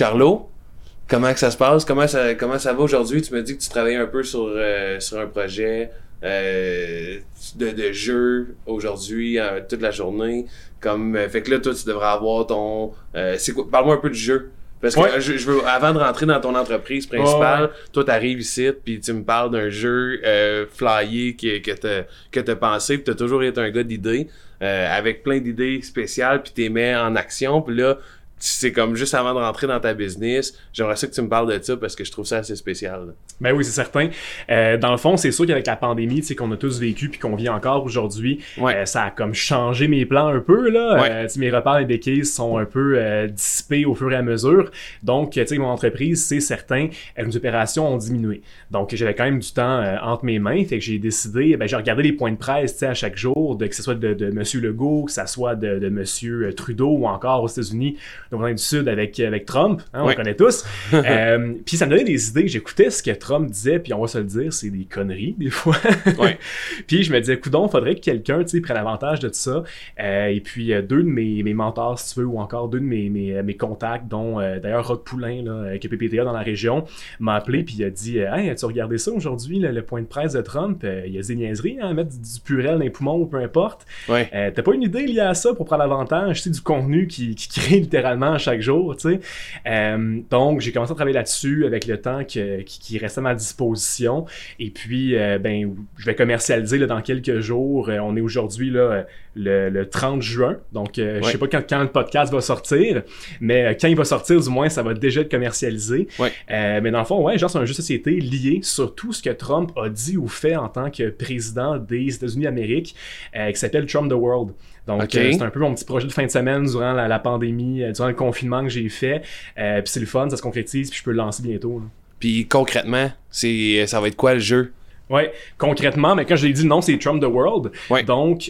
Charlot, comment que ça se passe? Comment ça va aujourd'hui? Tu me dis que tu travailles un peu sur un projet de jeu aujourd'hui, toute la journée. Fait que là, toi, tu devrais avoir ton... c'est quoi? Parle-moi un peu du jeu. Parce que je veux, avant de rentrer dans ton entreprise principale, toi, t'arrives ici, puis tu me parles d'un jeu flyé que t'as pensé, puis t'as toujours été un gars d'idées, avec plein d'idées spéciales, puis t'es mets en action, puis là, c'est comme juste avant de rentrer dans ta business, j'aimerais ça que tu me parles de ça parce que je trouve ça assez spécial. Là. Ben oui, c'est certain. Dans le fond, c'est sûr qu'avec la pandémie, tu sais, qu'on a tous vécu puis qu'on vit encore aujourd'hui, ça a comme changé mes plans un peu, là. Mes repas et béquilles sont un peu dissipés au fur et à mesure. Donc, tu sais, mon entreprise, c'est certain, nos opérations ont diminué. Donc, j'avais quand même du temps entre mes mains, fait que j'ai décidé, j'ai regardé les points de presse, tu sais, à chaque jour, que ce soit de M. Legault, que ce soit de M. Trudeau ou encore aux États-Unis, au du Sud avec Trump, hein, on le connaît tous. Puis ça me donnait des idées. J'écoutais ce que Trump disait, puis on va se le dire, c'est des conneries des fois. Puis je me disais, coudonc, faudrait que quelqu'un prenne avantage de tout ça. Et puis deux de mes mentors, si tu veux, ou encore deux de mes contacts, dont d'ailleurs Rod Poulain, là, qui est PPTA dans la région, m'a appelé, puis il a dit, hey, as-tu regardé ça aujourd'hui, le point de presse de Trump? Il y a des niaiseries, hein, mettre du purel dans les poumons ou peu importe. T'as pas une idée liée à ça pour prendre avantage du contenu qui crée littéralement à chaque jour, tu sais. Donc, j'ai commencé à travailler là-dessus avec le temps qui restait à ma disposition. Et puis, je vais commercialiser là, dans quelques jours. On est aujourd'hui là, le 30 juin. Donc, je sais pas quand le podcast va sortir, mais quand il va sortir, du moins, ça va déjà être commercialisé. Mais dans le fond, genre, c'est un jeu de société lié sur tout ce que Trump a dit ou fait en tant que président des États-Unis d'Amérique, qui s'appelle Trump the World. Donc, c'est un peu mon petit projet de fin de semaine durant la pandémie, durant le confinement que j'ai fait. Puis c'est le fun, ça se concrétise, puis je peux le lancer bientôt. Là. Puis concrètement, ça va être quoi le jeu? Ouais, concrètement, mais quand je l'ai dit, non, c'est Trump the World. Donc,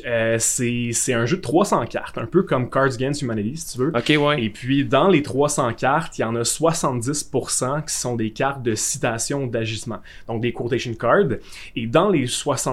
c'est un jeu de 300 cartes, un peu comme Cards Against Humanity, si tu veux. Et puis, dans les 300 cartes, il y en a 70% qui sont des cartes de citation d'agissement, donc des quotation cards. Et dans les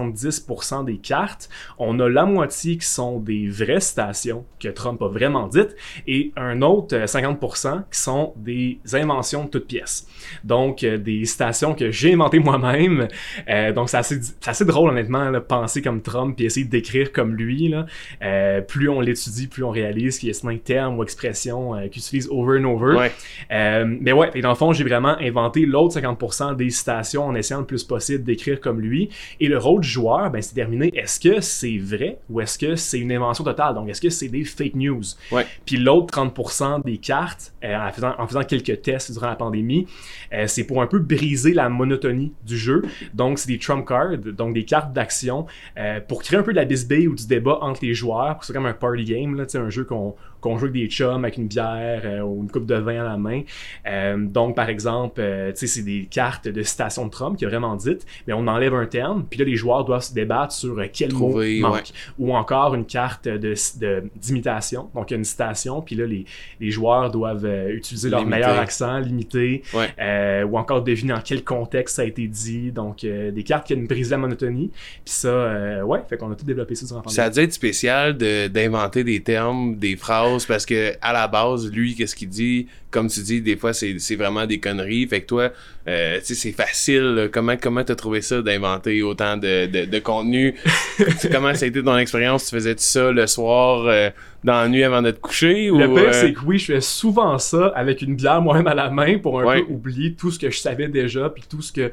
70% des cartes, on a la moitié qui sont des vraies citations que Trump a vraiment dites, et un autre 50% qui sont des inventions de toutes pièces. Donc, des citations que j'ai inventées moi-même. Donc, c'est assez drôle, honnêtement, là, penser comme Trump puis essayer d'écrire comme lui. Là. Plus on l'étudie, plus on réalise qu'il y a certains termes ou expressions qu'il utilise over and over. Mais ouais, et dans le fond, j'ai vraiment inventé l'autre 50% des citations en essayant le plus possible d'écrire comme lui. Et le rôle du joueur, c'est déterminer est-ce que c'est vrai ou est-ce que c'est une invention totale? Donc, est-ce que c'est des fake news? Puis l'autre 30% des cartes, en faisant quelques tests durant la pandémie, c'est pour un peu briser la monotonie du jeu. Donc, c'est des Trump cards, donc des cartes d'action, pour créer un peu de la bisbille ou du débat entre les joueurs, pour que c'est comme un party game, là, un jeu qu'on joue avec des chums, avec une bière ou une coupe de vin à la main. Donc, par exemple, c'est des cartes de citation de Trump qui a vraiment dites, mais on enlève un terme, puis là, les joueurs doivent se débattre sur quel mot manque. Ou encore une carte d'imitation, donc il y a une citation, puis là, les joueurs doivent utiliser leur meilleur accent, limiter, ou encore deviner dans quel contexte ça a été dit. Donc, des cartes qui brisent la monotonie. Puis ça, fait qu'on a tout développé ça durant la pandémie. Ça a dû être spécial d'inventer des termes, des phrases, parce que à la base, lui, qu'est-ce qu'il dit? Comme tu dis, des fois, c'est vraiment des conneries. Fait que toi, tu sais, c'est facile. Là. Comment t'as trouvé ça d'inventer autant de contenu? Comment ça a été ton expérience? Tu faisais-tu ça le soir, dans la nuit avant de te coucher? Le pire, c'est que oui, je fais souvent ça avec une bière moi-même à la main pour un peu oublier tout ce que je savais déjà puis tout ce que,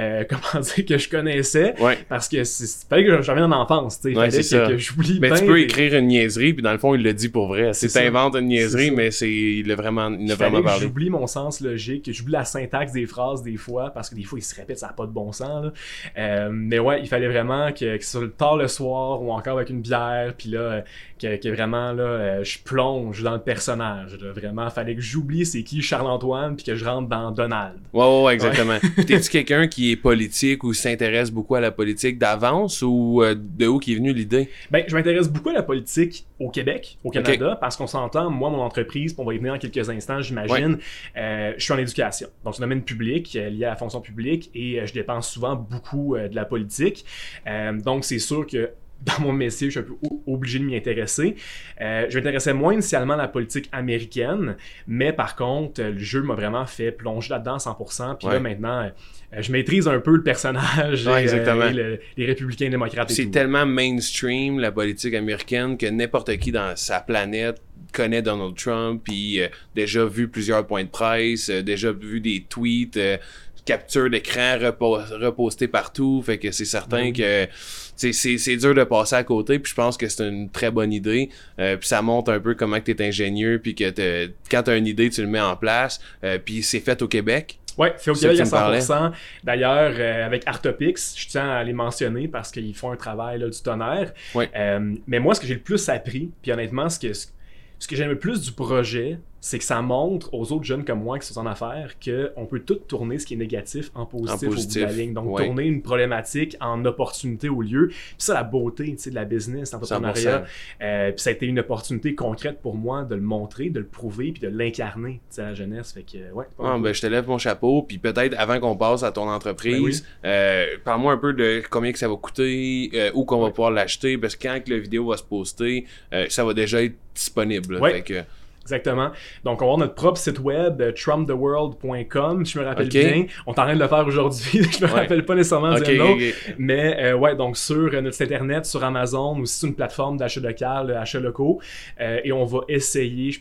que je connaissais. Parce que fallait que je revienne en enfance. Il fallait que j'oublie. Mais tu peux écrire une niaiserie puis dans le fond, il le dit pour vrai. Tu inventes une niaiserie, mais il a vraiment parlé. J'oublie mon sens logique, j'oublie la syntaxe des phrases des fois parce que des fois, il se répète, ça n'a pas de bon sens. Là. Mais ouais, il fallait vraiment que ce soit tard le soir ou encore avec une bière puis là, que vraiment là, je plonge dans le personnage. Là. Vraiment, fallait que j'oublie c'est qui Charles-Antoine puis que je rentre dans Donald. Ouais, exactement. T'es-tu quelqu'un qui est politique ou s'intéresse beaucoup à la politique d'avance ou de où qui est venue l'idée? Je m'intéresse beaucoup à la politique au Québec, au Canada, parce qu'on s'entend, moi, mon entreprise, on va y venir dans quelques instants, j'imagine, je suis en éducation. Donc, c'est un domaine public lié à la fonction publique et je dépense souvent beaucoup de la politique. Donc, c'est sûr que dans mon métier, je suis un peu obligé de m'y intéresser. Je m'intéressais moins initialement à la politique américaine, mais par contre, le jeu m'a vraiment fait plonger là-dedans à 100%. Puis là, maintenant, je maîtrise un peu le personnage, les républicains démocrates et tout. C'est tellement mainstream, la politique américaine, que n'importe qui dans sa planète connaît Donald Trump, puis déjà vu plusieurs points de presse, déjà vu des tweets, capture d'écran repostés partout, fait que c'est certain que c'est dur de passer à côté, puis je pense que c'est une très bonne idée, puis ça montre un peu comment que t'es ingénieux, puis que quand t'as une idée, tu le mets en place, puis c'est fait au Québec. Oui, fait au Québec à 100%. D'ailleurs, avec Artopix, je tiens à les mentionner parce qu'ils font un travail là, du tonnerre. Ouais. Mais moi, ce que j'ai le plus appris, puis honnêtement, ce que j'aime le plus du projet, c'est que ça montre aux autres jeunes comme moi qui sont en affaires qu'on peut tout tourner ce qui est négatif en positif. Au bout de la ligne. Donc, tourner une problématique en opportunité au lieu. Puis ça, la beauté de la business, l'entrepreneuriat. Puis ça a été une opportunité concrète pour moi de le montrer, de le prouver, puis de l'incarner à la jeunesse. Fait que, je te lève mon chapeau. Puis peut-être, avant qu'on passe à ton entreprise, parle-moi un peu de combien que ça va coûter, où qu'on va pouvoir l'acheter, parce que quand le vidéo va se poster, ça va déjà être disponible. Fait que... Exactement. Donc, on va avoir notre propre site web, trumtheworld.com, si je me rappelle bien. On est en train de le faire aujourd'hui. Je me rappelle pas nécessairement du nom. Mais, donc, sur notre site internet, sur Amazon, aussi sur une plateforme d'achat local, achats locaux. Et on va essayer,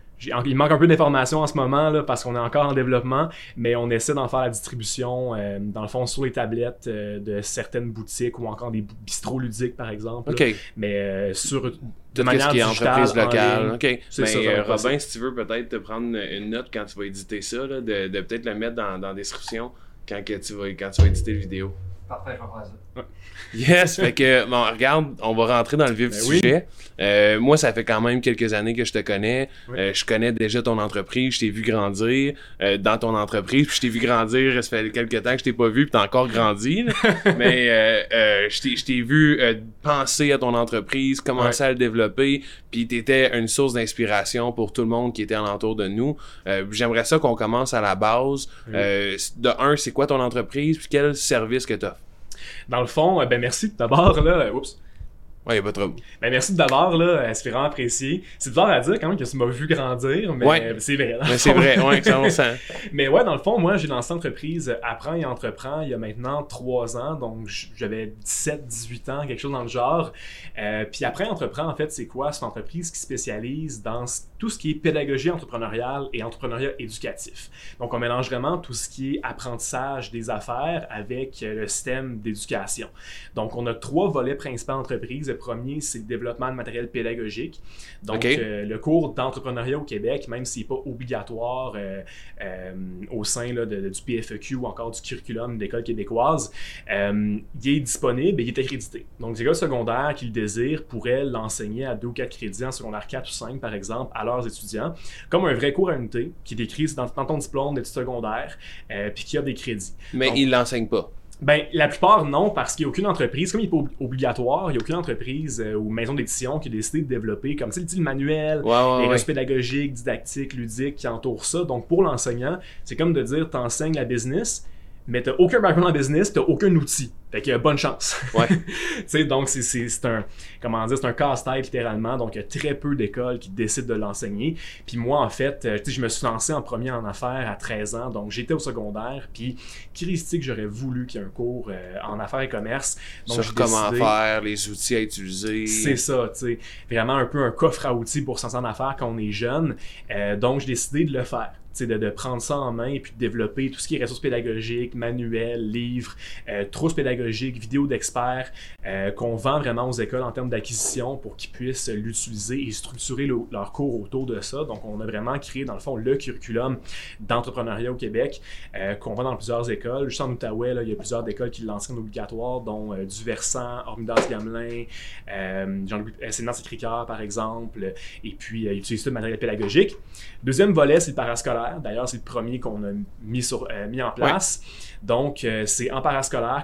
il manque un peu d'informations en ce moment là, parce qu'on est encore en développement, mais on essaie d'en faire la distribution, dans le fond, sur les tablettes de certaines boutiques ou encore des bistrots ludiques, par exemple. Mais sur de manière digitale, entreprise locale. C'est Robin, si tu veux peut-être te prendre une note quand tu vas éditer ça, là, de peut-être le mettre dans la description quand tu vas éditer la vidéo. Parfait, je vais faire ça. Yes, fait que, regarde, on va rentrer dans le vif du sujet. Moi, ça fait quand même quelques années que je te connais. Je connais déjà ton entreprise. Je t'ai vu grandir dans ton entreprise. Puis je t'ai vu grandir, ça fait quelques temps que je t'ai pas vu, puis t'as encore grandi. Mais je t'ai vu penser à ton entreprise, commencer à le développer, puis t'étais une source d'inspiration pour tout le monde qui était alentour de nous. J'aimerais ça qu'on commence à la base. De un, c'est quoi ton entreprise, puis quel service que t'as? Dans le fond, merci d'abord, là. Oups. Ouais, y'a pas de trouble. Merci d'abord, là, c'est vraiment apprécié. C'est bizarre à dire quand même que tu m'as vu grandir, mais c'est vrai. Mais c'est vrai, ça on sent. Mais dans le fond, moi, j'ai lancé l'entreprise Apprends et Entreprends il y a maintenant 3 ans, donc j'avais 17-18 ans, quelque chose dans le genre. Puis Apprends et Entreprends, en fait, c'est quoi? C'est une entreprise qui spécialise dans tout ce qui est pédagogie entrepreneuriale et entrepreneuriat éducatif. Donc, on mélange vraiment tout ce qui est apprentissage des affaires avec le système d'éducation. Donc, on a 3 volets principaux d'entreprise. Le premier, c'est le développement de matériel pédagogique. Donc, le cours d'entrepreneuriat au Québec, même s'il n'est pas obligatoire au sein là, du PFEQ ou encore du curriculum d'école québécoise, il est disponible et il est accrédité. Donc, les écoles secondaires qui le désirent pourraient l'enseigner à 2 ou 4 crédits en secondaire 4 ou 5, par exemple, à leurs étudiants, comme un vrai cours à unité qui est écrit dans ton diplôme d'études secondaires puis qui a des crédits. Mais ils ne l'enseignent pas. La plupart, non, parce qu'il n'y a aucune entreprise, comme il n'est pas obligatoire, il n'y a aucune entreprise ou maison d'édition qui a décidé de développer, comme le manuel, les ressources pédagogiques, didactiques, ludiques qui entourent ça. Donc, pour l'enseignant, c'est comme de dire, tu enseignes la business, mais tu n'as aucun background en business, tu n'as aucun outil. Fait qu'il y a bonne chance. Donc, c'est un casse-tête littéralement. Donc, il y a très peu d'écoles qui décident de l'enseigner. Puis moi, en fait, je me suis lancé en premier en affaires à 13 ans. Donc, j'étais au secondaire. Puis, Christy, que j'aurais voulu qu'il y ait un cours en affaires et commerce. Donc, sur comment faire, les outils à utiliser. C'est ça, tu sais. Vraiment un peu un coffre à outils pour s'en sortir en affaires quand on est jeune. Donc, j'ai décidé de le faire. De prendre ça en main et puis de développer tout ce qui est ressources pédagogiques, manuels, livres, trousses pédagogiques, vidéos d'experts qu'on vend vraiment aux écoles en termes d'acquisition pour qu'ils puissent l'utiliser et structurer leur cours autour de ça. Donc, on a vraiment créé, dans le fond, le curriculum d'entrepreneuriat au Québec qu'on vend dans plusieurs écoles. Juste en Outaouais, là, il y a plusieurs écoles qui l'enseignent obligatoire, dont du Versant, Hormidas-Gamelin, Sénat-Sacré-Cœur, par exemple, et puis ils utilisent tout le matériel pédagogique. Deuxième volet, c'est le parascolaire. D'ailleurs, c'est le premier qu'on a mis en place. Donc, c'est en parascolaire, comme un peu une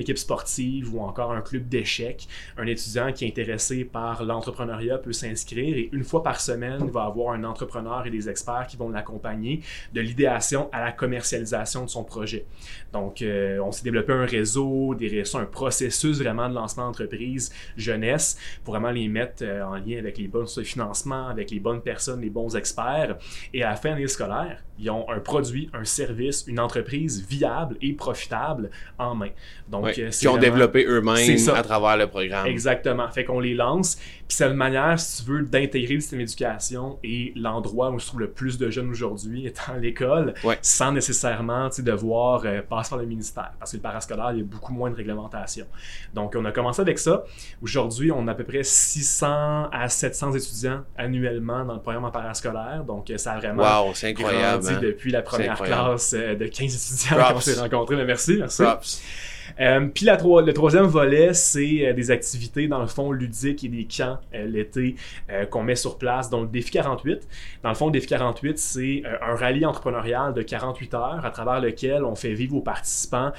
l'équipe sportive ou encore un club d'échecs, un étudiant qui est intéressé par l'entrepreneuriat peut s'inscrire et une fois par semaine, il va avoir un entrepreneur et des experts qui vont l'accompagner de l'idéation à la commercialisation de son projet. Donc, on s'est développé un réseau, un processus vraiment de lancement d'entreprise jeunesse pour vraiment les mettre en lien avec les bons financements, avec les bonnes personnes, les bons experts. Et à la fin de l'année scolaire, ils ont un produit, un service, une entreprise viable et profitable en main. Donc, qui ont développé eux-mêmes à travers le programme. Exactement. Fait qu'on les lance. Puis c'est une manière, si tu veux, d'intégrer le système d'éducation et l'endroit où je trouve le plus de jeunes aujourd'hui étant l'école, sans nécessairement devoir passer par le ministère. Parce que le parascolaire, il y a beaucoup moins de réglementation. Donc, on a commencé avec ça. Aujourd'hui, on a à peu près 600 à 700 étudiants annuellement dans le programme en parascolaire. Donc, ça a vraiment c'est incroyable, grandi depuis la première classe de 15 étudiants qu'on s'est rencontrés. Mais merci. Props. Puis le troisième volet, c'est des activités, dans le fond, ludiques et des camps l'été qu'on met sur place, dont le Défi 48. Dans le fond, le Défi 48, c'est un rallye entrepreneurial de 48 heures à travers lequel on fait vivre aux participants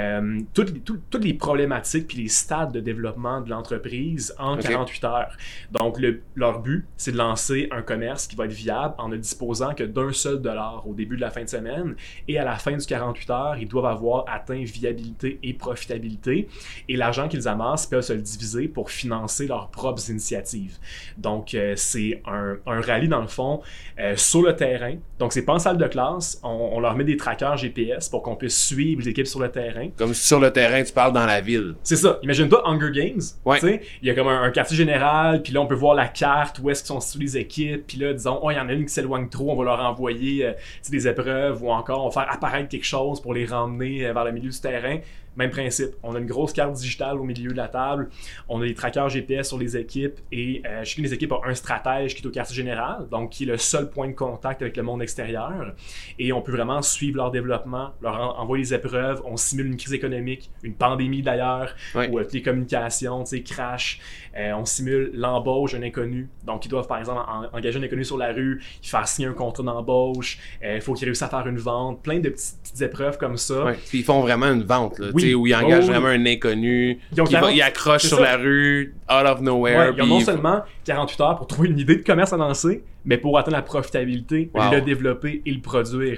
toutes les problématiques puis les stades de développement de l'entreprise en 48 heures. Donc, leur but, c'est de lancer un commerce qui va être viable en ne disposant que d'un seul dollar au début de la fin de semaine. Et à la fin du 48 heures, ils doivent avoir atteint viabilité et profitabilité, et l'argent qu'ils amassent peuvent se le diviser pour financer leurs propres initiatives. Donc, c'est un rallye, dans le fond, sur le terrain. Donc, c'est pas en salle de classe. On leur met des trackers GPS pour qu'on puisse suivre les équipes sur le terrain. Comme sur le terrain, tu parles dans la ville. C'est ça. Imagine-toi Hunger Games. Il y a comme un quartier général, puis là, on peut voir la carte, où est-ce qu'ils sont situées les équipes, puis là, disons, il y en a une qui s'éloigne trop, on va leur envoyer des épreuves, ou encore, on va faire apparaître quelque chose pour les ramener vers le milieu du terrain. Même principe, on a une grosse carte digitale au milieu de la table, on a des trackers GPS sur les équipes et chacune des équipes a un stratège qui est au quartier général, donc qui est le seul point de contact avec le monde extérieur, et on peut vraiment suivre leur développement, leur envoyer les épreuves, on simule une crise économique, une pandémie d'ailleurs, où toutes les communications crashent, on simule l'embauche d'un inconnu, donc ils doivent par exemple engager un inconnu sur la rue, il faire signer un contrat d'embauche, il faut qu'ils réussissent à faire une vente, plein de petites épreuves comme ça. Puis ils font vraiment une vente, là. Où ils engagent vraiment un inconnu, ils accrochent sur la rue, out of nowhere. Ils ont non seulement 48 heures pour trouver une idée de commerce à lancer, mais pour atteindre la profitabilité, le développer et le produire.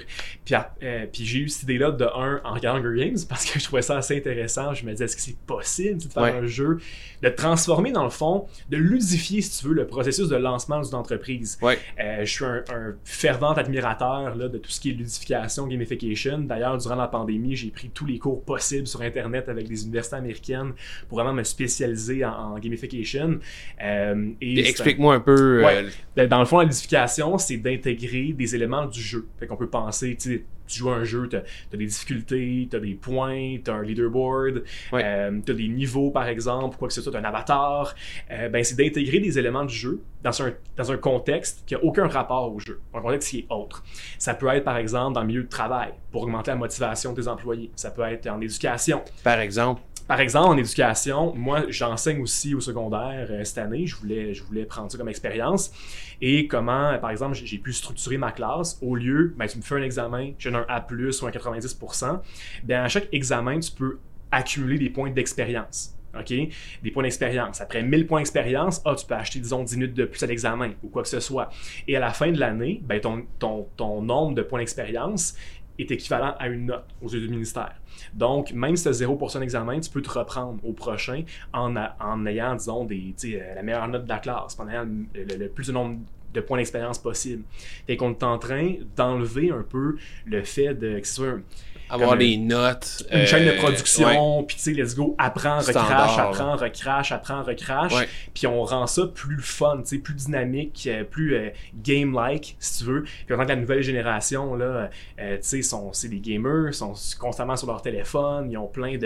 Puis j'ai eu cette idée-là en regardant Hunger Games, parce que je trouvais ça assez intéressant. Je me disais, est-ce que c'est possible de faire un jeu, de transformer dans le fond, de ludifier, si tu veux, le processus de lancement d'une entreprise. Je suis un fervent admirateur là, de tout ce qui est ludification, gamification. D'ailleurs, durant la pandémie, j'ai pris tous les cours possibles sur Internet avec des universités américaines pour vraiment me spécialiser en gamification. Explique-moi un peu... Dans le fond, la ludification, c'est d'intégrer des éléments du jeu. Fait qu'on peut penser, tu joues à un jeu, t'as des difficultés, t'as des points, t'as un leaderboard, t'as des niveaux par exemple, quoi que ce soit, t'as un avatar. C'est d'intégrer des éléments du jeu dans un contexte qui n'a aucun rapport au jeu, un contexte qui est autre. Ça peut être par exemple dans le milieu de travail, pour augmenter la motivation des employés. Ça peut être en éducation. Par exemple, en éducation, moi, j'enseigne aussi au secondaire cette année. Je voulais prendre ça comme expérience. Et comment, par exemple, j'ai pu structurer ma classe. Au lieu, tu me fais un examen, j'ai un A+, ou un 90%. À chaque examen, tu peux accumuler des points d'expérience. Des points d'expérience. Après 1000 points d'expérience, tu peux acheter, disons, 10 minutes de plus à l'examen ou quoi que ce soit. Et à la fin de l'année, ton nombre de points d'expérience est équivalent à une note aux yeux du ministère. Donc, même si tu as 0% d'examen, tu peux te reprendre au prochain en ayant, disons, la meilleure note de la classe, en ayant le plus de nombre de points d'expérience possible. Fait qu'on est en train d'enlever un peu le fait que ce soit avoir des notes. Une chaîne de production, puis tu sais, let's go, apprends, recrache. Puis on rend ça plus fun, tu sais, plus dynamique, plus game-like, si tu veux. Puis en tant que la nouvelle génération, là, tu sais, c'est des gamers, sont constamment sur leur téléphone, ils ont plein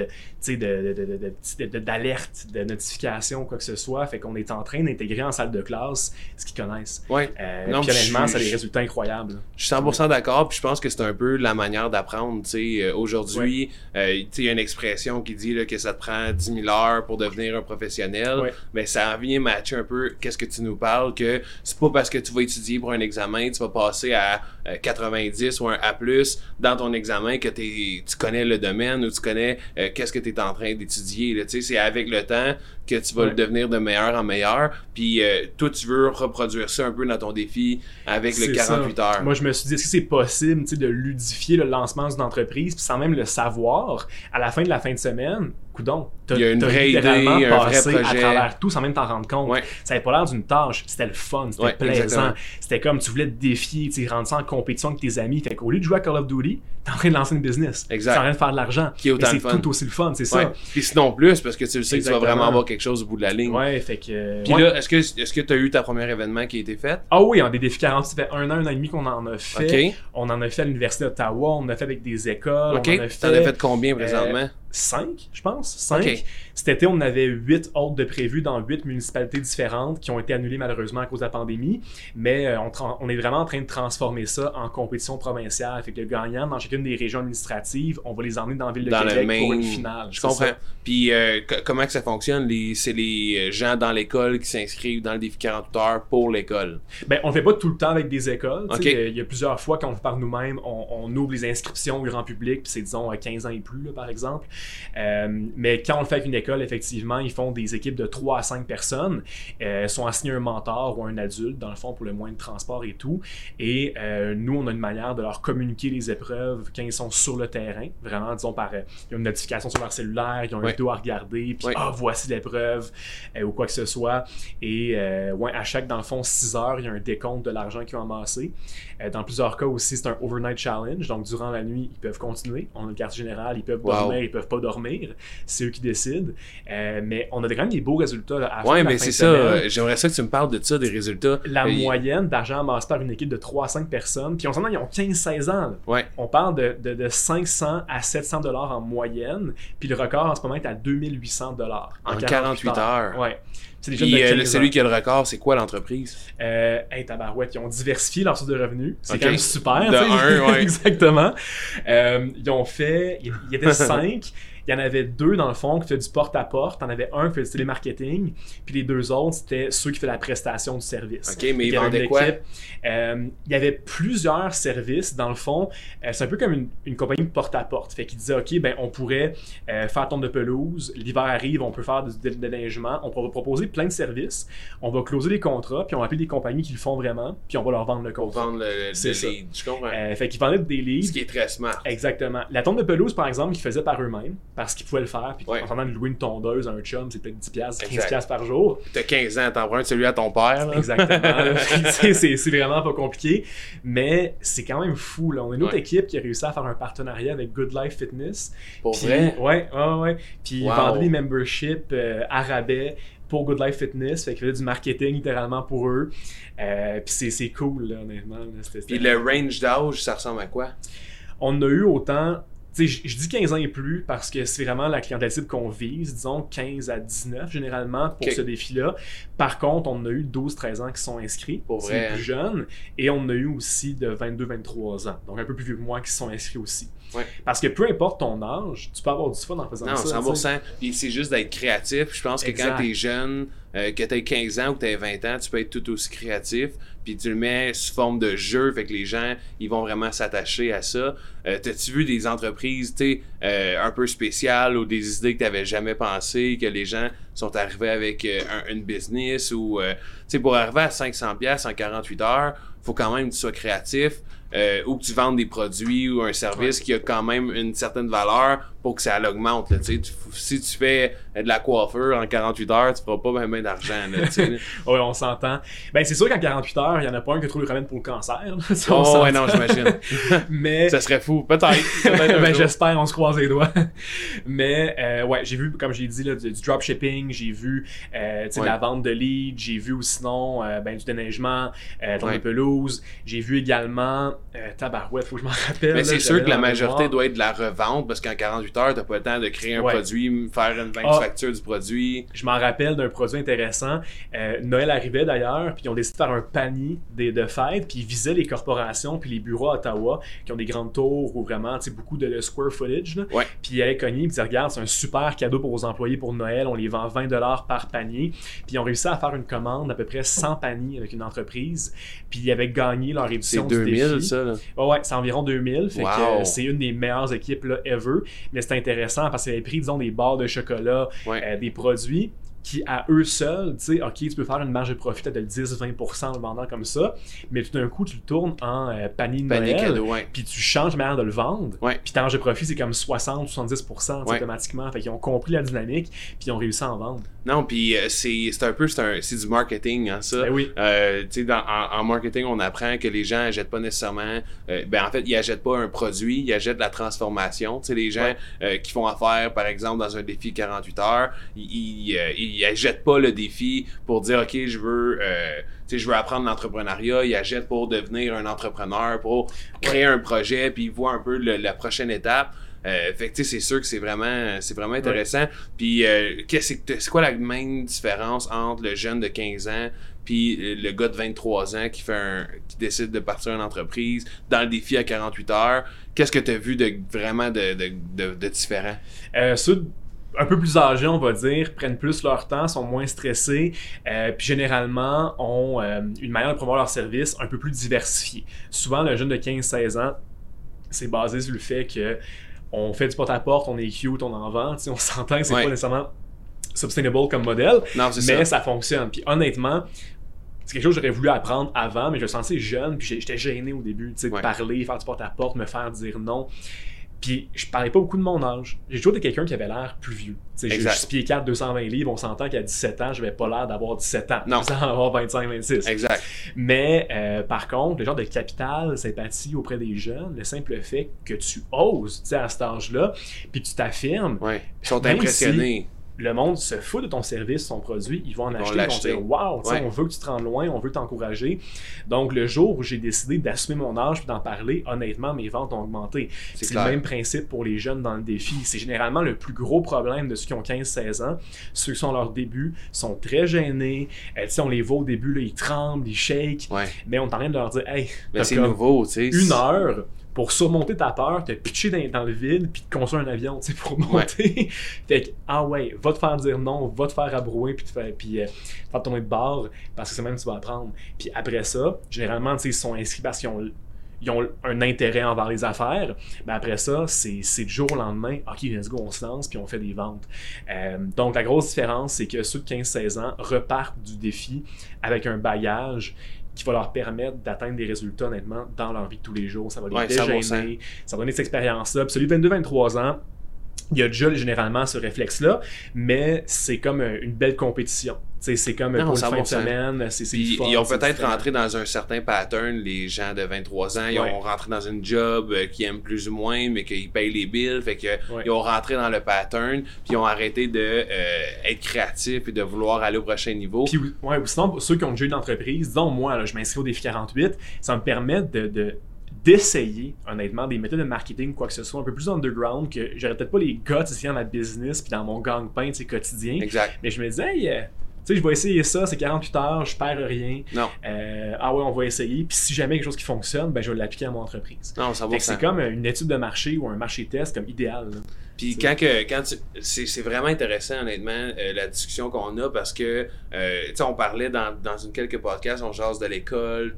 d'alertes, de notifications, quoi que ce soit. Fait qu'on est en train d'intégrer en salle de classe ce qu'ils connaissent. Ouais. Puis honnêtement, ça a des résultats incroyables. Je suis 100% d'accord, puis je pense que c'est un peu la manière d'apprendre. Aujourd'hui, il y a une expression qui dit là, que ça te prend 10 000 heures pour devenir un professionnel, mais ça vient matcher un peu qu'est-ce que tu nous parles, que c'est pas parce que tu vas étudier pour un examen, tu vas passer à 90 ou un A+, dans ton examen que tu connais le domaine ou tu connais qu'est-ce que tu es en train d'étudier. Là, c'est avec le temps que tu vas le devenir de meilleur en meilleur. Puis toi, tu veux reproduire ça un peu dans ton défi avec le 48 heures. Moi, je me suis dit, est-ce que c'est possible de ludifier le lancement d'une entreprise puis sans même le savoir à la fin de semaine? Coudon, il y a une vraie idée, un vrai projet. À travers tout sans même t'en rendre compte. Ça n'avait pas l'air d'une tâche, c'était le fun, c'était plaisant. Exactement. C'était comme tu voulais te défier, rendre ça en compétition avec tes amis. Fait qu'au lieu de jouer à Call of Duty, t'es en train de lancer une business. Exact. T'es en train de faire de l'argent. Qui est autant et de fun. C'est tout aussi le fun, c'est ça. Puis sinon plus, parce que tu le sais que tu vas vraiment avoir quelque chose au bout de la ligne. Fait que... Puis là, est-ce que tu as eu ta première événement qui a été fait? Ah oui, en des défis 40, ça fait un an et demi qu'on en a fait. Okay. On en a fait à l'Université d'Ottawa, on en a fait avec des écoles. OK. T'en as fait combien présentement? 5, je pense. 5. Okay. Cet été, on avait 8 autres de prévus dans 8 municipalités différentes qui ont été annulées malheureusement à cause de la pandémie. Mais on est vraiment en train de transformer ça en compétition provinciale. Fait que le gagnant dans chacune des régions administratives, on va les emmener dans la ville de Québec pour une finale. Je comprends. Puis comment que ça fonctionne? C'est les gens dans l'école qui s'inscrivent dans le défi 48 heures pour l'école? Ben, on le fait pas tout le temps avec des écoles. Okay. Il y a plusieurs fois qu'on le fait par nous-mêmes, on ouvre les inscriptions au grand public, puis c'est disons 15 ans et plus, là, par exemple. Mais quand on le fait avec une école, effectivement, ils font des équipes de 3 à 5 personnes, sont assignés un mentor ou un adulte, dans le fond, pour le moyen de transport et tout. Et nous, on a une manière de leur communiquer les épreuves quand ils sont sur le terrain. Vraiment, disons, il y a une notification sur leur cellulaire, ils ont une vidéo à regarder, puis voici l'épreuve, ou quoi que ce soit. Et à chaque, dans le fond, 6 heures, il y a un décompte de l'argent qu'ils ont amassé. Dans plusieurs cas aussi, c'est un overnight challenge. Donc, durant la nuit, ils peuvent continuer. On a le quartier général, ils peuvent dormir, ils peuvent pas dormir. C'est eux qui décident. Mais on a quand même des beaux résultats là, à mais c'est ça. J'aimerais ça que tu me parles de ça, des résultats. La moyenne d'argent amassé par une équipe de 3 à 5 personnes. Puis on s'entend, ils ont 15-16 ans. On parle de 500 à 700 $ en moyenne. Puis le record en ce moment est à 2800 $ en 48 heures. C'est celui qui a le record, c'est quoi l'entreprise? Tabarouette, ils ont diversifié leur source de revenus. C'est quand même super. Exactement. Ils ont fait... Il y avait 5. Il y en avait 2 dans le fond qui faisaient du porte-à-porte. Il y en avait un qui faisait du télémarketing. Puis les 2 autres, c'était ceux qui faisaient la prestation du service. OK, mais ils vendaient quoi? Il y avait plusieurs services. Dans le fond, c'est un peu comme une compagnie de porte-à-porte. Fait qu'ils disaient, OK, ben on pourrait faire tonte de pelouse. L'hiver arrive, on peut faire du déneigement. On va proposer plein de services. On va closer les contrats. Puis on va appeler des compagnies qui le font vraiment. Puis on va leur vendre le contrat. Vendre le lead. Je comprends. Fait qu'ils vendaient des leads. Ce qui est très smart. Exactement. La tonte de pelouse, par exemple, ils faisaient par eux-mêmes. Parce qu'ils pouvaient le faire, puis en train de louer une tondeuse à un chum, c'est peut-être 10$, 15$ par jour. T'as 15 ans, t'empruntes celui à ton père. Là. Exactement. c'est vraiment pas compliqué, mais c'est quand même fou. Là. On a une autre équipe qui a réussi à faire un partenariat avec Good Life Fitness. Pour vrai? Ouais. Puis ils vendaient des memberships à rabais pour Good Life Fitness, fait qu'ils faisaient du marketing littéralement pour eux. Puis c'est cool, là, honnêtement. Puis le range d'âge, ça ressemble à quoi? On a eu autant... Je dis 15 ans et plus parce que c'est vraiment la clientèle cible qu'on vise, disons 15 à 19 généralement pour ce défi-là. Par contre, on a eu 12-13 ans qui sont inscrits, c'est les plus jeunes, et on a eu aussi de 22-23 ans, donc un peu plus vieux que moi qui sont inscrits aussi. Parce que peu importe ton âge, tu peux avoir du fun en faisant ça. 100%. Puis c'est juste d'être créatif. Je pense que quand t'es jeune, que t'aies 15 ans ou que t'aies 20 ans, tu peux être tout aussi créatif. Puis tu le mets sous forme de jeu, fait que les gens, ils vont vraiment s'attacher à ça. T'as-tu vu des entreprises, un peu spéciales ou des idées que t'avais jamais pensé, que les gens sont arrivés avec une business ou, pour arriver à 500$ en 48 heures, faut quand même que tu sois créatif. Ou que tu vendes des produits ou un service qui a quand même une certaine valeur pour que ça l'augmente. Là, si tu fais de la coiffure en 48 heures, tu feras pas bien d'argent. Oui, on s'entend. Ben, c'est sûr qu'en 48 heures, il n'y en a pas un qui trouve le remède pour le cancer. Non, j'imagine. Mais... ça serait fou. Peut-être ben, j'espère, on se croise les doigts. Mais j'ai vu, comme j'ai dit, là, du dropshipping, j'ai vu la vente de leads, j'ai vu ou sinon du déneigement, de pelouse. J'ai vu également tabarouette, faut que je m'en rappelle. Mais c'est sûr que la majorité doit être de la revente parce qu'en 48 48 heures, t'as pas le temps de créer un produit, faire une manufacture du produit. Je m'en rappelle d'un produit intéressant. Noël arrivait d'ailleurs, puis ils ont décidé de faire un panier de fêtes, puis ils visaient les corporations, puis les bureaux à Ottawa, qui ont des grandes tours ou vraiment beaucoup de square footage. Là. Puis ils allaient cogner, puis ils disaient, regarde, c'est un super cadeau pour vos employés pour Noël, on les vend 20$ par panier. Puis ils ont réussi à faire une commande d'à peu près 100 paniers avec une entreprise, puis ils avaient gagné leur édition du défi. C'est 2000, ça, là? Ouais, c'est environ 2000, fait que c'est une des meilleures équipes là, ever. Mais c'est intéressant parce qu'ils avaient pris, disons, des barres de chocolat, des produits qui, à eux seuls, tu sais, OK, tu peux faire une marge de profit de 10-20% en le vendant comme ça, mais tout d'un coup, tu le tournes en panier de Noël, puis tu changes la manière de le vendre, puis ta marge de profit, c'est comme 60-70% automatiquement. Fait qu'ils ont compris la dynamique, puis ils ont réussi à en vendre. Non, puis c'est du marketing, hein, ça. Ben oui. Tu sais, en marketing, on apprend que les gens n'achètent pas nécessairement... en fait, ils n'achètent pas un produit, ils achètent la transformation. Tu sais, les gens qui font affaire, par exemple, dans un défi 48 heures, ils achètent pas le défi pour dire, OK, je veux apprendre l'entrepreneuriat. Ils achètent pour devenir un entrepreneur, pour créer un projet, puis ils voient un peu la prochaine étape. Fait que tu sais, c'est sûr que c'est vraiment intéressant. Puis c'est quoi la main différence entre le jeune de 15 ans puis le gars de 23 ans qui décide de partir une entreprise dans le défi à 48 heures? Qu'est-ce que tu as vu vraiment de différent? Ceux un peu plus âgés, on va dire, prennent plus leur temps, sont moins stressés, puis généralement ont une manière de promouvoir leur service un peu plus diversifiée. Souvent, le jeune de 15-16 ans, c'est basé sur le fait que on fait du porte-à-porte, on est cute, on en vend. On s'entend que c'est pas nécessairement sustainable comme modèle, mais ça fonctionne. Puis honnêtement, c'est quelque chose que j'aurais voulu apprendre avant, mais je me sentais jeune, puis j'étais gêné au début, de parler, faire du porte-à-porte, me faire dire non. Puis je parlais pas beaucoup de mon âge. J'ai toujours été quelqu'un qui avait l'air plus vieux. J'ai 6 pieds 4, 220 livres, on s'entend qu'à 17 ans, j'avais pas l'air d'avoir 17 ans. Non. J'avais l'air d'avoir 25-26. Exact. Mais par contre, le genre de capital, sympathie auprès des jeunes, le simple fait que tu oses à cet âge-là, puis tu t'affirmes. Ils sont impressionnés. Le monde se fout de ton service, ton produit, ils vont en acheter, ils vont dire « Wow, on veut que tu te rendes loin, on veut t'encourager. » Donc, le jour où j'ai décidé d'assumer mon âge et d'en parler, honnêtement, mes ventes ont augmenté. C'est le même principe pour les jeunes dans le défi. C'est généralement le plus gros problème de ceux qui ont 15-16 ans. Ceux qui sont à leur début sont très gênés. On les voit au début, là, ils tremblent, ils shake. Mais on est en train de leur dire « Hey, c'est nouveau, une heure pour surmonter ta peur, te pitcher dans le vide puis te construire un avion pour monter. » Fait que, va te faire dire non, va te faire abrouer puis faire tourner de bord parce que c'est même que tu vas apprendre. Puis après ça, généralement, ils sont inscrits parce qu'ils ont un intérêt envers les affaires. Mais après ça, c'est du jour au lendemain, OK, let's go, on se lance puis on fait des ventes. Donc la grosse différence, c'est que ceux de 15-16 ans repartent du défi avec un bagage qui va leur permettre d'atteindre des résultats, honnêtement, dans leur vie de tous les jours. Ça va les dégêner, ça va donner cette expérience-là. Puis celui de 22-23 ans, il y a déjà généralement ce réflexe-là, mais c'est comme une belle compétition. C'est comme pour une fin de semaine, c'est fun. Ils ont peut-être rentré dans un certain pattern, les gens de 23 ans. Ils ont rentré dans une job qu'ils aiment plus ou moins, mais qu'ils payent les bills. Fait que ils ont rentré dans le pattern, puis ils ont arrêté d'être créatifs et de vouloir aller au prochain niveau. Puis sinon, pour ceux qui ont déjà une entreprise, disons moi, là, je m'inscris au défi 48, ça me permet d'essayer, honnêtement, des méthodes de marketing ou quoi que ce soit un peu plus underground, que j'aurais peut-être pas les guts ici dans ma business puis dans mon gang-pain quotidien. Exact. Mais je me disais, je vais essayer ça, c'est 48 heures, je perds rien. Non. On va essayer. Puis si jamais quelque chose qui fonctionne, je vais l'appliquer à mon entreprise. Non, ça va. C'est comme une étude de marché ou un marché test comme idéal. Là. Puis c'est vraiment intéressant, honnêtement, la discussion qu'on a parce que, on parlait dans quelques podcasts, on jase de l'école,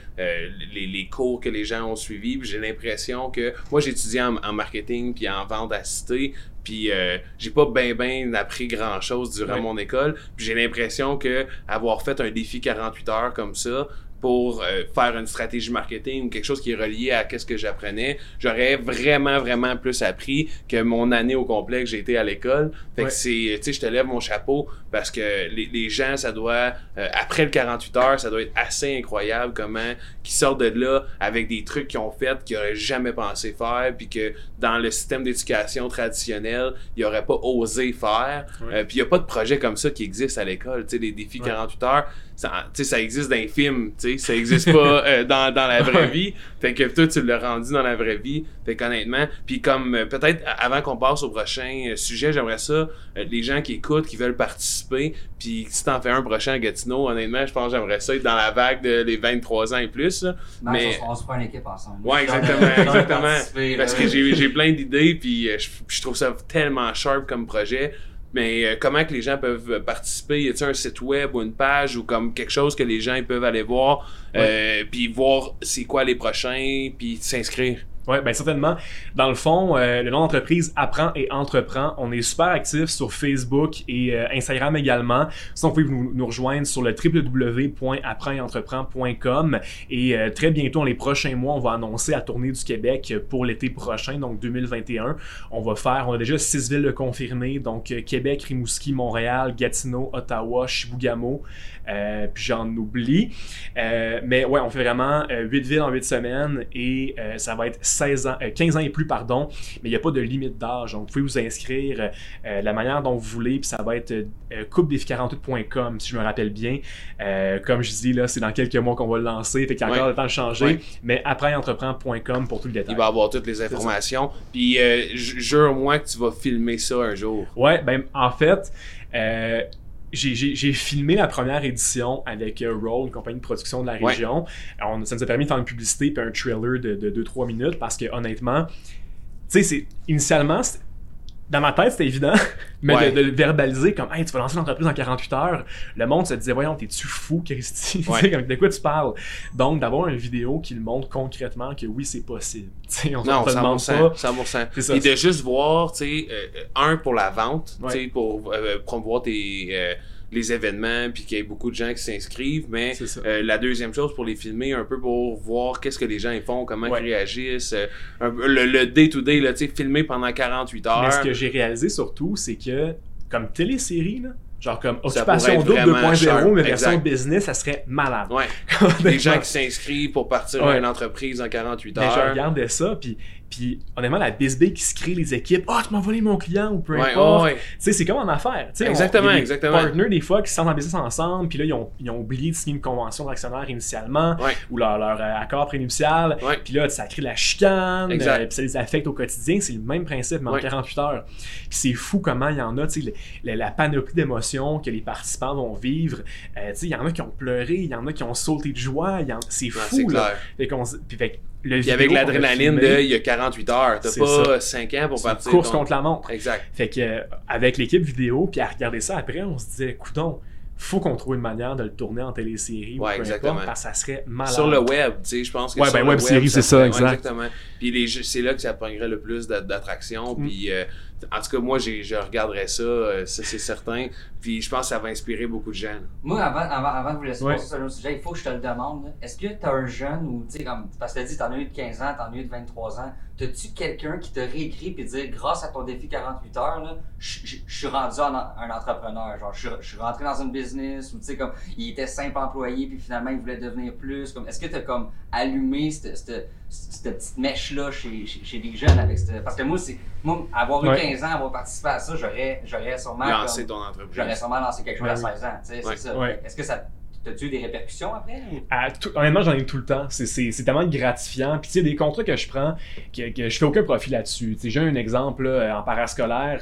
les cours que les gens ont suivis. Puis j'ai l'impression que, moi j'ai étudié en marketing puis en vente assistée. Puis j'ai pas bien appris grand-chose durant mon école. Puis j'ai l'impression que avoir fait un défi 48 heures comme ça, pour faire une stratégie marketing ou quelque chose qui est relié à ce que j'apprenais, j'aurais vraiment plus appris que mon année au complet que j'ai été à l'école. Fait que je te lève mon chapeau parce que les gens, ça doit, après le 48 heures, ça doit être assez incroyable comment qu'ils sortent de là avec des trucs qu'ils ont fait qu'ils n'auraient jamais pensé faire puis que dans le système d'éducation traditionnel, ils n'auraient pas osé faire. Puis il n'y a pas de projet comme ça qui existe à l'école. Les défis 48 heures, ça existe dans les films, sais, ça existe pas dans la vraie vie. Fait que toi, tu l'as rendu dans la vraie vie. Fait qu'honnêtement, puis comme peut-être avant qu'on passe au prochain sujet, j'aimerais ça, les gens qui écoutent, qui veulent participer, puis si t'en fais un prochain à Gatineau, honnêtement, je pense que j'aimerais ça être dans la vague des 23 ans et plus. Là. Mais on se prend une équipe ensemble. Ouais, exactement. Parce que j'ai plein d'idées, puis je trouve ça tellement sharp comme projet. Mais comment que les gens peuvent participer? Y a-t-il un site web ou une page ou comme quelque chose que les gens ils peuvent aller voir, puis voir c'est quoi les prochains, puis s'inscrire? Oui, bien certainement. Dans le fond, le nom d'entreprise Apprends et Entreprends. On est super actifs sur Facebook et Instagram également. Sinon, vous pouvez nous rejoindre sur le www.apprendentreprends.com et très bientôt, dans les prochains mois, on va annoncer la tournée du Québec pour l'été prochain, donc 2021. On a déjà 6 villes confirmées, donc Québec, Rimouski, Montréal, Gatineaux, Ottawa, Chibougamau, puis j'en oublie. Mais ouais, on fait vraiment 8 villes en 8 semaines et ça va être 15 ans et plus, pardon, mais il n'y a pas de limite d'âge. Donc, vous pouvez vous inscrire la manière dont vous voulez, puis ça va être coupedéfi48.com, si je me rappelle bien. Comme je dis, là, c'est dans quelques mois qu'on va le lancer, fait qu'il y a encore le temps de changer, mais apprendentreprends.com pour tout le détail. Il va avoir toutes les informations, puis jure-moi que tu vas filmer ça un jour. Ouais, ben en fait... J'ai filmé la première édition avec Roll, une compagnie de production de la région. Ça nous a permis de faire une publicité et un trailer de 2-3 minutes parce que honnêtement, tu sais, initialement, dans ma tête, c'était évident, mais de le verbaliser comme « Hey, tu vas lancer l'entreprise en 48 heures », le monde se disait « Voyons, t'es-tu fou, Christy? » De quoi tu parles? Donc, d'avoir une vidéo qui le montre concrètement que oui, c'est possible. T'sais, on non, te demande 100%. C'est ça, et de juste voir, tu sais, pour la vente, tu sais, pour promouvoir les événements, puis qu'il y ait beaucoup de gens qui s'inscrivent, mais la deuxième chose, pour les filmer, un peu pour voir qu'est-ce que les gens ils font, comment ils réagissent, le day-to-day, là, tu sais, filmer pendant 48 heures. Mais ce que j'ai réalisé surtout, c'est que, comme télésérie, là, genre comme Occupation Double 2.0, mais version business, ça serait malade. Ouais. Les gens qui s'inscrivent pour partir à une entreprise en 48 heures. Mais je regardais ça, puis honnêtement, la BSB qui se crée les équipes, « Ah, tu m'as volé mon client » ou peu importe. Tu sais, c'est comme en affaires. Exactement. Il y a des partenaires, des fois, qui se sentent en business ensemble, puis là, ils ont oublié de signer une convention d'actionnaire initialement, ou leur accord prénuptial, puis là, ça crée de la chicane, puis ça les affecte au quotidien. C'est le même principe, mais en 48 heures. Puis c'est fou comment il y en a, tu sais, la panoplie d'émotions que les participants vont vivre. Tu sais, il y en a qui ont pleuré, il y en a qui ont sauté de joie, c'est fou, là. Puis avec l'adrénaline il y a 48 heures, t'as pas 5 ans pour partir. Course contre la montre. Exact. Fait que avec l'équipe vidéo, puis à regarder ça après, on se disait, coudonc, faut qu'on trouve une manière de le tourner en télésérie ou peu importe, parce que ça serait malade. Sur le web, tu sais, je pense que sur le web série, c'est ça, exactement. Puis c'est là que ça prendrait le plus d'attraction, puis en tout cas, moi, je regarderais ça, c'est certain. Puis je pense que ça va inspirer beaucoup de gens. Moi, avant de vous laisser passer sur un autre sujet, il faut que je te le demande. Est-ce que tu as un jeune ou, tu sais, comme, parce que tu as dit, t'en as eu de 15 ans, t'en as eu de 23 ans. T'as-tu quelqu'un qui t'a réécrit et dit, grâce à ton défi 48 heures, là, je suis rendu un entrepreneur. Genre, je suis rentré dans une business ou, tu sais, comme, il était simple employé puis finalement, il voulait devenir plus. Comme, est-ce que tu as comme allumé cette petite mèche-là chez les jeunes avec parce que moi, avoir eu 15 ans, avoir participé à ça, j'aurais sûrement lancé ton entreprise. J'aurais sûrement lancé quelque chose à 16 ans. Tu sais, c'est ça. Est-ce que ça t'as-tu eu des répercussions après? Honnêtement, j'en ai tout le temps. C'est tellement gratifiant. Puis tu sais, des contrats que je prends, que je fais aucun profit là-dessus. J'ai un exemple là, en parascolaire.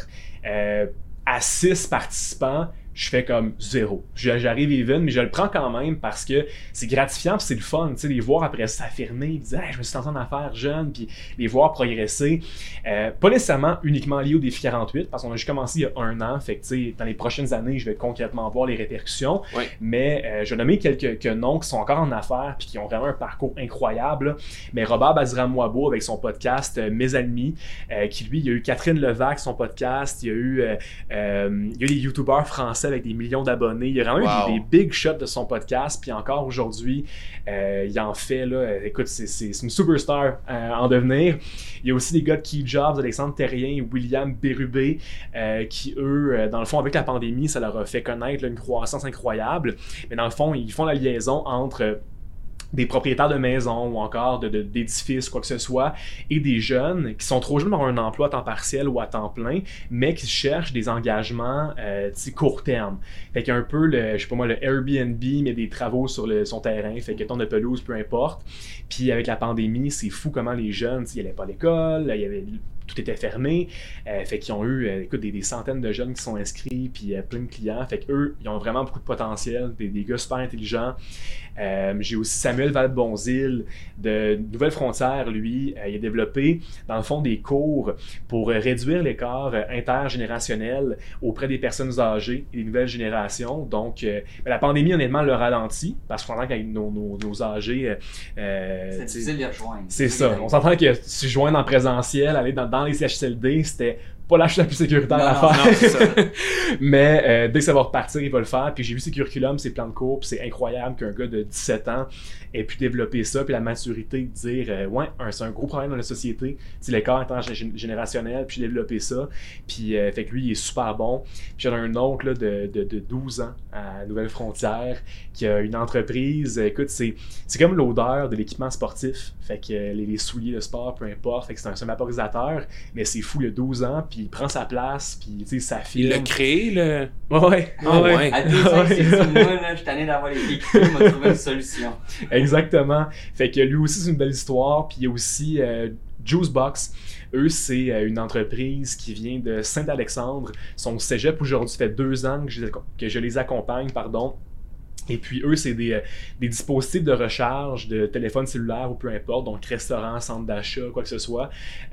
À 6 participants, je fais comme 0. J'arrive even, mais je le prends quand même parce que c'est gratifiant puis c'est le fun, tu sais, les voir après s'affirmer, ils disent hey, je me suis lancé en affaires jeune, puis les voir progresser. Pas nécessairement uniquement lié au défi 48, parce qu'on a juste commencé il y a 1 an, fait que tu sais, dans les prochaines années, je vais concrètement voir les répercussions. Mais je vais nommer quelques noms qui sont encore en affaires puis qui ont vraiment un parcours incroyable. Mais Robert Baziram-Mouabo avec son podcast Mes Amis, qui lui, il y a eu Catherine Levac, son podcast, il y a eu des youtubeurs français avec des millions d'abonnés. Il y a vraiment eu des big shots de son podcast, puis encore aujourd'hui, il en fait, là, écoute, c'est une superstar en devenir. Il y a aussi des gars de Key Jobs, Alexandre Terrien et William Bérubé, qui eux, dans le fond, avec la pandémie, ça leur a fait connaître là, une croissance incroyable. Mais dans le fond, ils font la liaison entre des propriétaires de maisons ou encore d'édifices, quoi que ce soit, et des jeunes qui sont trop jeunes pour avoir un emploi à temps partiel ou à temps plein, mais qui cherchent des engagements court terme. Fait qu'il y a un peu le Airbnb, mais des travaux sur son terrain, fait que ton de pelouse, peu importe. Puis avec la pandémie, c'est fou comment les jeunes, ils n'allaient pas à l'école, tout était fermé, fait qu'ils ont eu des centaines de jeunes qui sont inscrits, puis plein de clients, fait qu'eux, ils ont vraiment beaucoup de potentiel, des gars super intelligents. J'ai aussi Samuel Valbonzil de Nouvelles Frontières, lui, il a développé dans le fond des cours pour réduire l'écart intergénérationnel auprès des personnes âgées et des nouvelles générations. Donc, la pandémie, honnêtement, le ralentit, parce qu'on s'entend qu'avec nos âgés... c'est difficile de les rejoindre. C'est ça, on s'entend que se joindre en présentiel, aller dans les CHSLD, c'était pas la chose la plus sécuritaire à faire. Non, c'est ça. Mais dès que ça va repartir, il va le faire. Puis j'ai vu ses curriculums, ses plans de cours, puis c'est incroyable qu'un gars de 17 ans ait pu développer ça, puis la maturité de dire c'est un gros problème dans la société, c'est l'écart intergénérationnel, puis j'ai développé ça. Puis fait que lui, il est super bon. Puis j'ai un oncle là, de 12 ans à Nouvelles Frontières qui a une entreprise. Écoute, c'est comme l'odeur de l'équipement sportif. Fait que les souliers de sport, peu importe. Fait que c'est un vaporisateur, mais c'est fou, il a 12 ans, puis il prend sa place, puis tu sais, ça filme. Il l'a créé, le... Ouais. À 12 ans, c'est moi, là, je suis tanné d'avoir les équipes, il m'a trouvé une solution. Exactement. Fait que lui aussi, c'est une belle histoire. Puis il y a aussi Juicebox. Eux, c'est une entreprise qui vient de Saint-Alexandre. Son cégep aujourd'hui fait 2 ans que je les accompagne, pardon. Et puis eux, c'est des dispositifs de recharge de téléphone cellulaire ou peu importe, donc restaurant, centre d'achat, quoi que ce soit,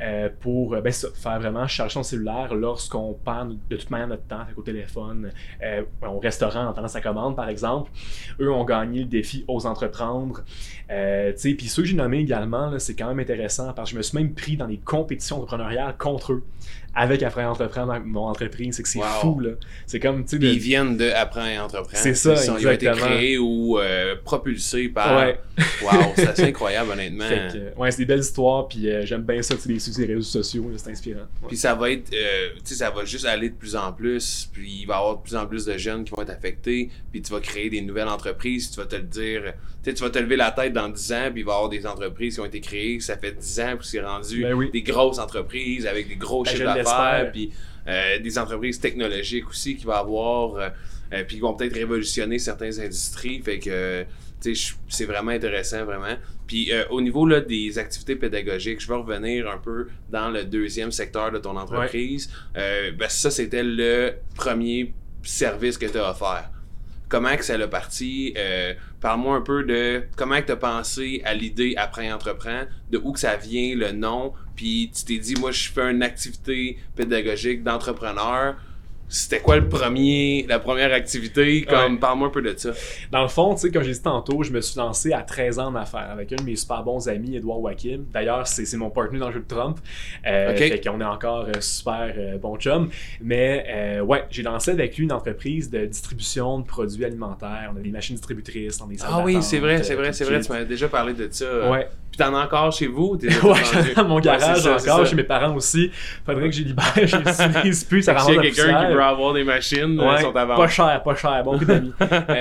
pour faire vraiment charger son cellulaire lorsqu'on perd de toute manière notre temps au téléphone, au restaurant en attendant sa commande par exemple. Eux ont gagné le défi Ose entreprendre. Puis ceux que j'ai nommés également, là, c'est quand même intéressant parce que je me suis même pris dans des compétitions entrepreneuriales contre eux. Avec Apprendre à entreprendre dans mon entreprise, c'est que c'est fou là. C'est comme tu sais. Ils viennent de Apprendre à entreprendre. C'est ça, exactement. Ils ont été créés ou propulsés par. Ouais. Wow, c'est assez incroyable honnêtement. C'est des belles histoires, puis j'aime bien ça, les sur les réseaux sociaux, là, c'est inspirant. Ouais. Puis ça va être, ça va juste aller de plus en plus, puis il va y avoir de plus en plus de jeunes qui vont être affectés, puis tu vas créer des nouvelles entreprises, tu vas te le dire, tu vas te lever la tête dans 10 ans, puis il va y avoir des entreprises qui ont été créées, ça fait 10 ans, puis c'est rendu des grosses entreprises avec des gros chiffres d'affaires, puis des entreprises technologiques aussi qui vont avoir, puis qui vont peut-être révolutionner certaines industries, fait que c'est vraiment intéressant, vraiment. Puis au niveau là, des activités pédagogiques, je vais revenir un peu dans le deuxième secteur de ton entreprise. Ça, c'était le premier service que tu as offert. Comment que ça l'a parti? Parle-moi un peu de comment tu as pensé à l'idée Apprends entreprends, de où que ça vient, le nom, puis tu t'es dit, moi, je fais une activité pédagogique d'entrepreneur. C'était quoi la première activité? Parle-moi un peu de ça. Dans le fond, tu sais, comme j'ai dit tantôt, je me suis lancé à 13 ans en affaires avec un de mes super bons amis, Edouard Wakim. D'ailleurs, c'est mon partenaire dans le jeu de Trump. Fait qu'on est encore super bon chum. Mais j'ai lancé avec lui une entreprise de distribution de produits alimentaires. On a des machines distributrices dans des salles d'attente. Ah oui, c'est vrai. Tu m'avais déjà parlé de ça. Ouais. Puis t'en as encore chez vous? Dans mon garage, encore chez mes parents aussi. Faudrait que je les libère, je les utilise plus, ça rend quelqu'un qui veut avoir des machines, sont à vendre. Pas cher, beaucoup d'amis.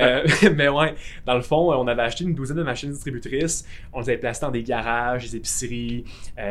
Mais dans le fond, on avait acheté une douzaine de machines distributrices, on les avait placées dans des garages, des épiceries,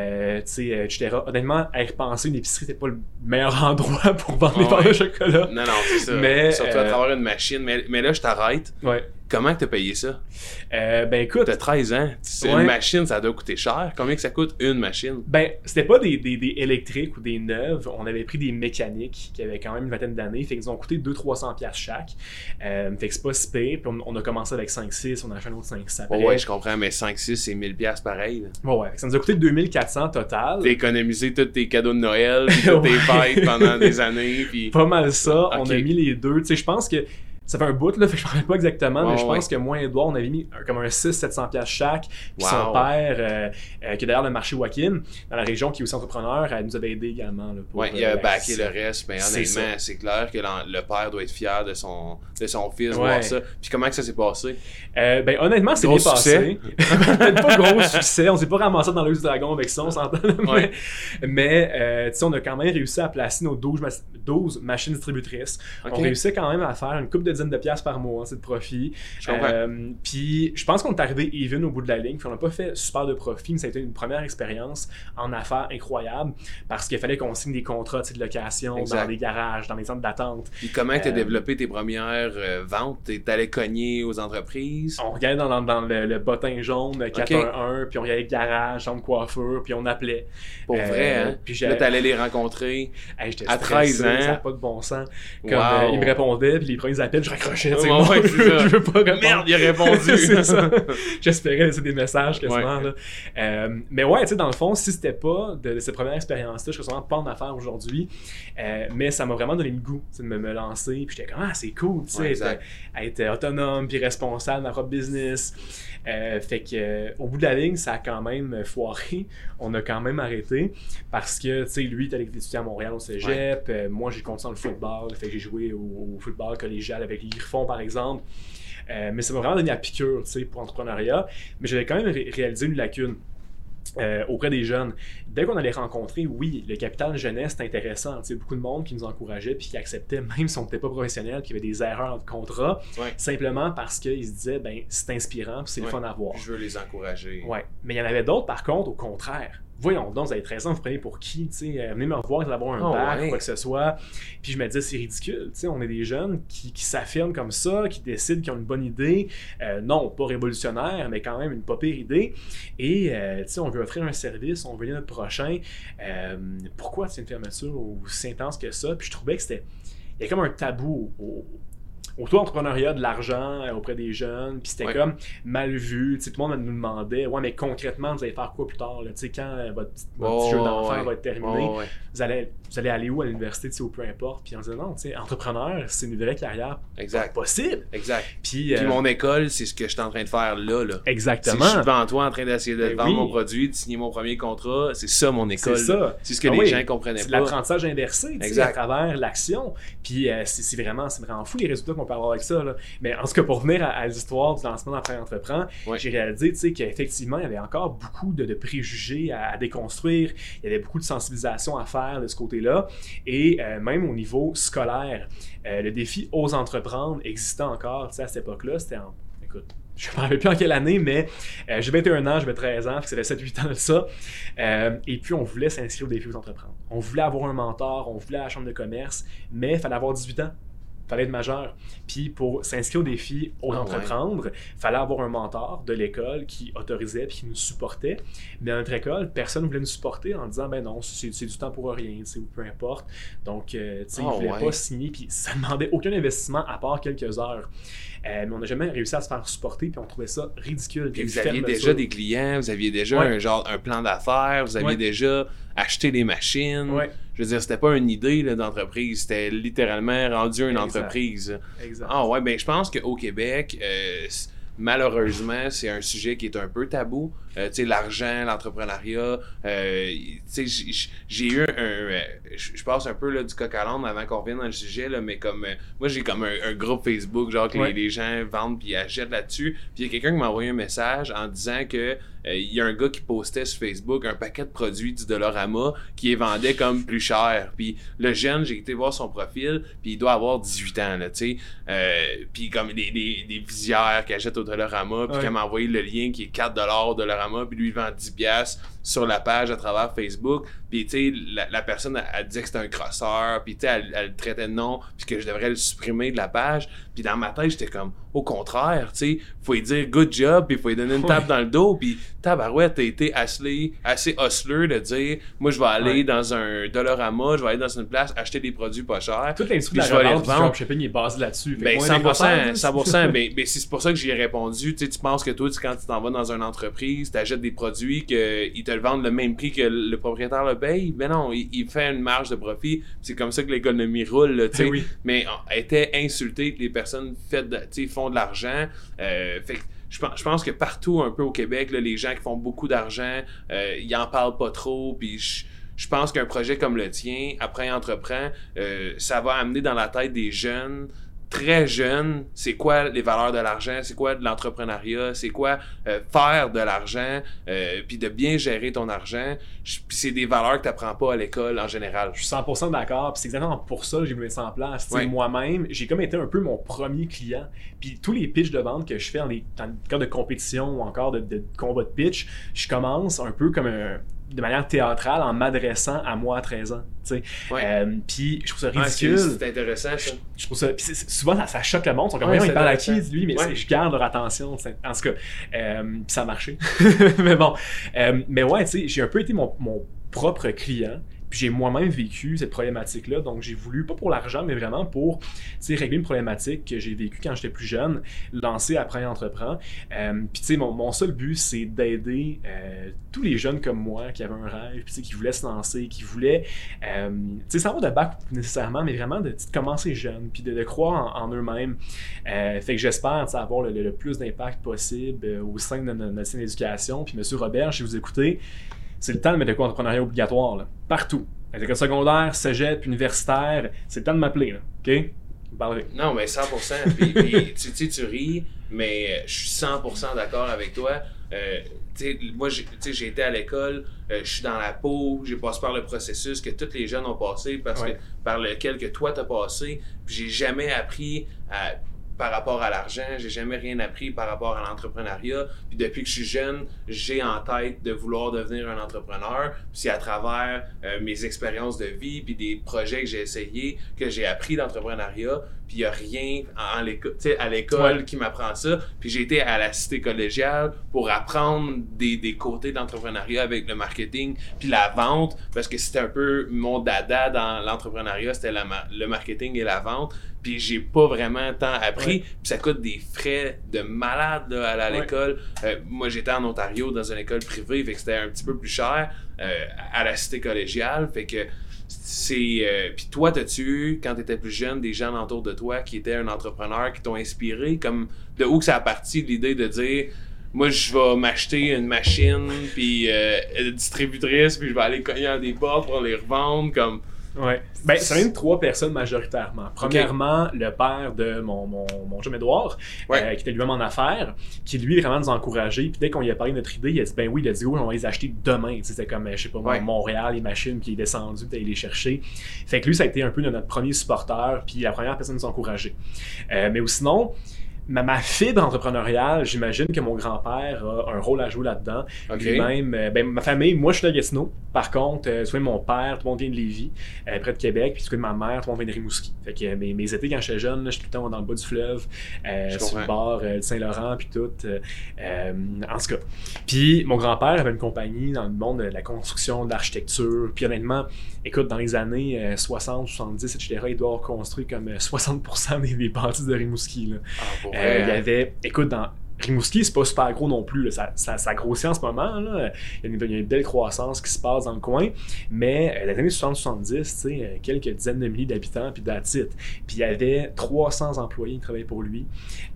etc. Honnêtement, à y repenser, une épicerie, c'était pas le meilleur endroit pour vendre des barres de chocolat. Non, c'est ça. Mais, surtout à travers une machine. Mais là, je t'arrête. Ouais. Comment t'as payé ça? Écoute... T'as 13 ans. Une machine, ça doit coûter cher. Combien que ça coûte une machine? C'était pas des électriques ou des neuves. On avait pris des mécaniques qui avaient quand même une vingtaine d'années. Fait qu'ils ont coûté 200-300$ chaque. Fait que c'est pas si pire. Puis on a commencé avec 5-6, on a acheté un autre 5-6 après. Ouais, je comprends, mais 5-6, c'est 1000$ pareil. Ouais, ça nous a coûté 2400$ total. T'as économisé tous tes cadeaux de Noël, puis toutes tes fêtes pendant des années. Puis... Pas mal ça. On a mis les deux. Tu sais, je pense que ça fait un bout, là, fait que je ne me rappelle pas exactement, mais je pense que moi et Edouard, on avait mis comme un 600-700$ chaque. Puis son père, qui est d'ailleurs le marché Wakim, dans la région, qui est aussi entrepreneur, elle nous avait aidé également. Là, il a backé le reste, mais honnêtement, c'est clair que le père doit être fier de son fils, voir ça. Puis comment que ça s'est passé? Honnêtement, c'est bien passé. Peut-être pas gros succès, on s'est pas ramassé dans l'œil du dragon avec ça, on s'entend. Mais on a quand même réussi à placer nos 12 machines distributrices. On réussit quand même à faire une couple de dizaines de piastres par mois, c'est de profit. Puis je pense qu'on est arrivé even au bout de la ligne, puis on n'a pas fait super de profit, mais ça a été une première expérience en affaires incroyable parce qu'il fallait qu'on signe des contrats de location dans des garages, dans les centres d'attente. Puis comment tu as développé tes premières ventes? Tu allais cogner aux entreprises? On regardait dans le bottin jaune 411, puis on regardait garage, chambre de coiffure, puis on appelait. Pour vrai, hein? Puis là, tu allais les rencontrer à 13 ans. Ça n'a pas de bon sens. Comme ils me répondaient, puis les premiers appels, je raccrochais. Je veux pas répondre. Merde, il a répondu! C'est ça. J'espérais laisser des messages quasiment. Là. Mais ouais, tu sais, dans le fond, si c'était pas de cette première expérience-là, je serais sûrement pas en affaires aujourd'hui. Mais ça m'a vraiment donné le goût de me lancer. Puis j'étais comme, c'est cool, tu sais, être autonome puis responsable de ma propre business. Fait que au bout de la ligne, ça a quand même foiré. On a quand même arrêté parce que, tu sais, lui, il était étudiant à Montréal au cégep. Moi, j'ai continué dans le football. Fait que j'ai joué au football collégial avec les Griffons, par exemple. Mais ça m'a vraiment donné la piqûre, tu sais, pour l'entrepreneuriat. Mais j'avais quand même réalisé une lacune. Auprès des jeunes. Dès qu'on allait rencontrer, oui, le capital jeunesse, c'est intéressant. Tu sais, beaucoup de monde qui nous encourageait puis qui acceptait, même si on n'était pas professionnel, puis il y avait des erreurs de contrat, simplement parce qu'ils se disaient, c'est inspirant puis c'est le fun à voir. Je veux les encourager. Ouais. Mais il y en avait d'autres, par contre, au contraire. Voyons donc, vous avez 13 ans, vous prenez pour qui? Venez me revoir, vous allez avoir un bac ou quoi que ce soit. Puis je me disais, c'est ridicule. On est des jeunes qui s'affirment comme ça, qui décident qu'ils ont une bonne idée. Non, pas révolutionnaire, mais quand même une pas pire idée. Et on veut offrir un service, on veut aider notre prochain. Pourquoi c'est une fermeture aussi intense que ça? Puis je trouvais que il y a comme un tabou autour de l'entrepreneuriat, de l'argent auprès des jeunes, puis c'était comme mal vu. Tout le monde nous demandait, mais concrètement, vous allez faire quoi plus tard? Là? Quand votre petit jeu d'enfant va être terminé, vous allez aller où à l'université ou peu importe? Puis on disait, non, entrepreneur, c'est une vraie carrière possible. Exact. Puis mon école, c'est ce que je suis en train de faire là. Exactement. Si je suis devant toi en train d'essayer de vendre mon produit, de signer mon premier contrat, c'est ça mon école. C'est ça. C'est ce que les gens comprenaient pas. C'est l'apprentissage inversé à travers l'action. Puis c'est vraiment fou les résultats qu'on peut avoir avec ça. Là. Mais en tout cas, pour venir à l'histoire du lancement d'Entrepreneur Entreprend, j'ai réalisé qu'effectivement, il y avait encore beaucoup de préjugés à déconstruire. Il y avait beaucoup de sensibilisation à faire de ce côté-là. Et même au niveau scolaire, le défi Ose entreprendre existait encore à cette époque-là. C'était écoute, je ne me rappelle plus en quelle année, mais j'ai 21 ans, j'avais 13 ans, ça fait 7-8 ans de ça. Et puis, on voulait s'inscrire au défi Ose entreprendre. On voulait avoir un mentor, on voulait à la chambre de commerce, mais il fallait avoir 18 ans. Il fallait être majeur. Puis pour s'inscrire au défi Ose entreprendre, il fallait avoir un mentor de l'école qui autorisait et qui nous supportait. Mais dans notre école, personne ne voulait nous supporter en disant non, c'est du temps pour rien, ou peu importe. Donc, ils ne voulaient pas signer. Puis ça ne demandait aucun investissement à part quelques heures. Mais on n'a jamais réussi à se faire supporter, puis on trouvait ça ridicule. Puis vous aviez déjà des clients, vous aviez déjà un plan d'affaires, vous aviez déjà acheté des machines. Je veux dire, c'était pas une idée d'entreprise, c'était littéralement rendu une entreprise. Exact. Ben je pense qu'au Québec, malheureusement, c'est un sujet qui est un peu tabou. Tu sais, l'argent, l'entrepreneuriat. Tu sais, j'ai eu je passe un peu là, du coq à l'âne avant qu'on revienne dans le sujet, là, mais comme moi, j'ai comme un groupe Facebook, genre que les gens vendent puis achètent là-dessus. Puis il y a quelqu'un qui m'a envoyé un message en disant que il y a un gars qui postait sur Facebook un paquet de produits du Dollarama qui les vendait comme plus cher. Puis le jeune, j'ai été voir son profil, puis il doit avoir 18 ans, là, tu sais. Puis comme des visières qu'il achète au Dollarama, puis qu'elle m'a envoyé le lien qui est 4$ au Dollarama, puis lui il vend 10$ sur la page à travers Facebook. Puis tu sais, la personne, elle disait que c'était un crosseur, puis tu sais, elle le traitait de nom, puis que je devrais le supprimer de la page. Puis dans ma tête, j'étais comme, au contraire, tu sais, faut lui dire good job, puis faut lui donner une tape dans le dos, puis tabarouette, t'as été assez hustler de dire, moi je vais aller dans un Dollarama, je vais aller dans une place, acheter des produits pas chers. Toute l'industrie de la revente du dropshipping est basée là-dessus. Ben 100%, ben c'est pour ça que j'y ai répondu. Tu sais, tu penses que toi, quand tu t'en vas dans une entreprise, tu achètes des produits qu'ils te le vendent le même prix que le propriétaire le paye. Ben non, il fait une marge de profit. C'est comme ça que l'économie roule, tu sais. Mais elle était insultée que les personnes font de l'argent. Fait que je pense que partout un peu au Québec, là, les gens qui font beaucoup d'argent, ils en parlent pas trop. Puis je pense qu'un projet comme le tien, après Entreprend, ça va amener dans la tête des jeunes très jeune, c'est quoi les valeurs de l'argent, c'est quoi de l'entrepreneuriat, c'est quoi faire de l'argent, puis de bien gérer ton argent. Puis c'est des valeurs que tu n'apprends pas à l'école en général. Je suis 100% d'accord, puis c'est exactement pour ça que j'ai mis ça en place. Moi-même, j'ai comme été un peu mon premier client. Puis tous les pitchs de vente que je fais dans le cadre de compétition ou encore de combat de pitch, je commence un peu comme de manière théâtrale en m'adressant à moi à 13 ans. Puis je trouve ça ridicule. C'est intéressant ça. Je trouve ça. Puis souvent ça choque le monde. Ils sont comme il parle à qui lui, mais je garde leur attention. En tout cas, puis ça a marché. Mais bon. Mais ouais, tu sais, j'ai un peu été mon propre client. Puis j'ai moi-même vécu cette problématique-là, donc j'ai voulu, pas pour l'argent, mais vraiment pour régler une problématique que j'ai vécue quand j'étais plus jeune, lancer Après Entreprends. Puis tu sais, mon seul but, c'est d'aider tous les jeunes comme moi qui avaient un rêve, puis qui voulaient se lancer, qui voulaient, tu sais, sans avoir de bac nécessairement, mais vraiment de commencer jeune, puis de croire en eux-mêmes. Fait que j'espère avoir le plus d'impact possible au sein de notre système d'éducation. Puis Monsieur Robert, si vous écoutez, c'est le temps de mettre le cours d'entrepreneuriat obligatoire, là, partout. École secondaire, cégep, universitaire, c'est le temps de m'appeler, là, OK? Parlez. Non, mais 100%. Puis tu ris, mais je suis 100% d'accord avec toi. Moi, j'ai été à l'école, je suis dans la peau, j'ai passé par le processus que tous les jeunes ont passé, par lequel que toi t'as passé, puis j'ai jamais appris par rapport à l'argent, j'ai jamais rien appris par rapport à l'entrepreneuriat. Puis depuis que je suis jeune, j'ai en tête de vouloir devenir un entrepreneur. Puis c'est à travers mes expériences de vie puis des projets que j'ai essayés que j'ai appris l'entrepreneuriat. Puis il n'y a rien à l'école qui m'apprend ça. Puis j'ai été à la cité collégiale pour apprendre des côtés d'entrepreneuriat avec le marketing puis la vente, parce que c'était un peu mon dada dans l'entrepreneuriat, c'était le marketing et la vente. Puis j'ai pas vraiment tant appris. Puis ça coûte des frais de malade là, à aller à l'école. Moi, j'étais en Ontario dans une école privée, fait que c'était un petit peu plus cher à la cité collégiale. Fait que c'est... Puis toi, t'as-tu eu, quand t'étais plus jeune, des gens autour de toi qui étaient un entrepreneur, qui t'ont inspiré? Comme de où que ça a parti l'idée de dire... Moi, je vais m'acheter une machine, puis distributrice, puis je vais aller cogner dans des portes pour les revendre, comme... Ouais. Ben, ça vient de 3 personnes majoritairement. Premièrement, le père de mon chum Édouard, qui était lui-même en affaires, qui lui vraiment nous a encouragés. Puis dès qu'on lui a parlé de notre idée, il a dit ben oui, il a dit on va les acheter demain. C'était comme, je sais pas, Montréal, les machines, puis il est descendu, puis il est les chercher. Fait que lui, ça a été un peu notre premier supporter, puis la première personne à nous encourager. Mais sinon, ma fibre entrepreneuriale, j'imagine que mon grand-père a un rôle à jouer là-dedans. Lui-même, ma famille, moi je suis de Gatineau. Par contre, soit mon père, tout le monde vient de Lévis, près de Québec, puis soit de ma mère, tout le monde vient de Rimouski. Fait que mes étés quand j'étais jeune, j'étais tout le temps dans le bas du fleuve, sur le bord de Saint-Laurent, puis tout. En tout cas. Puis mon grand-père avait une compagnie dans le monde de la construction, de l'architecture. Puis honnêtement, écoute, dans les années 60, 70, etc., il doit avoir construit comme 60% des bâtisses de Rimouski. Là. Il y avait, écoute, dans Rimouski, c'est pas super gros non plus. Là. Ça grossit en ce moment. Là. Il y a une belle croissance qui se passe dans le coin. Mais les années 60-70, quelques dizaines de milliers d'habitants, puis that's it. Puis il y avait 300 employés qui travaillaient pour lui.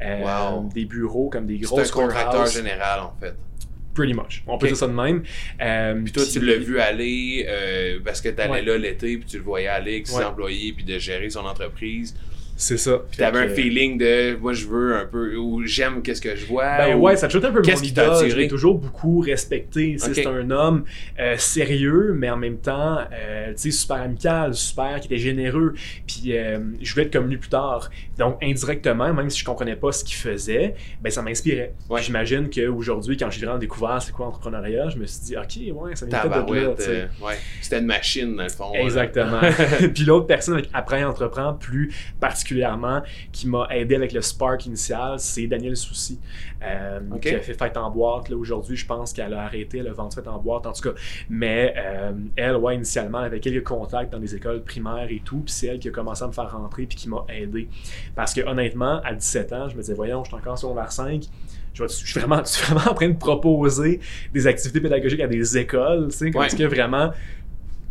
Des bureaux comme des grosses courthouses. C'est un contracteur général, en fait. Pretty much. On peut dire ça de même. Puis toi, tu l'as vu aller parce que tu allais là l'été, puis tu le voyais aller avec ses employés, puis de gérer son entreprise. C'est ça. Puis t'avais un feeling de moi je veux un peu, ou j'aime qu'est-ce que je vois. Ça te joue un peu mon idole. Je l'ai toujours beaucoup respecté. C'est un homme sérieux, mais en même temps super amical, super, qui était généreux. Puis je voulais être comme lui plus tard. Donc indirectement, même si je comprenais pas ce qu'il faisait, ça m'inspirait. J'imagine qu'aujourd'hui, quand j'ai vraiment découvert c'est quoi l'entrepreneuriat, je me suis dit ok, ça vient peut-être de là. C'était une machine dans le fond. Exactement. Puis l'autre personne avec Après Entreprends, plus particulièrement, qui m'a aidé avec le spark initial, c'est Daniel Soucy, qui a fait Fête en boîte. Là, aujourd'hui, je pense qu'elle a arrêté, elle a vendu Fête en boîte, en tout cas. Mais elle, initialement, elle avait quelques contacts dans des écoles primaires et tout, puis c'est elle qui a commencé à me faire rentrer puis qui m'a aidé. Parce que honnêtement, à 17 ans, je me disais, voyons, je suis encore secondaire 5, je suis vraiment en train de proposer des activités pédagogiques à des écoles, est-ce que vraiment...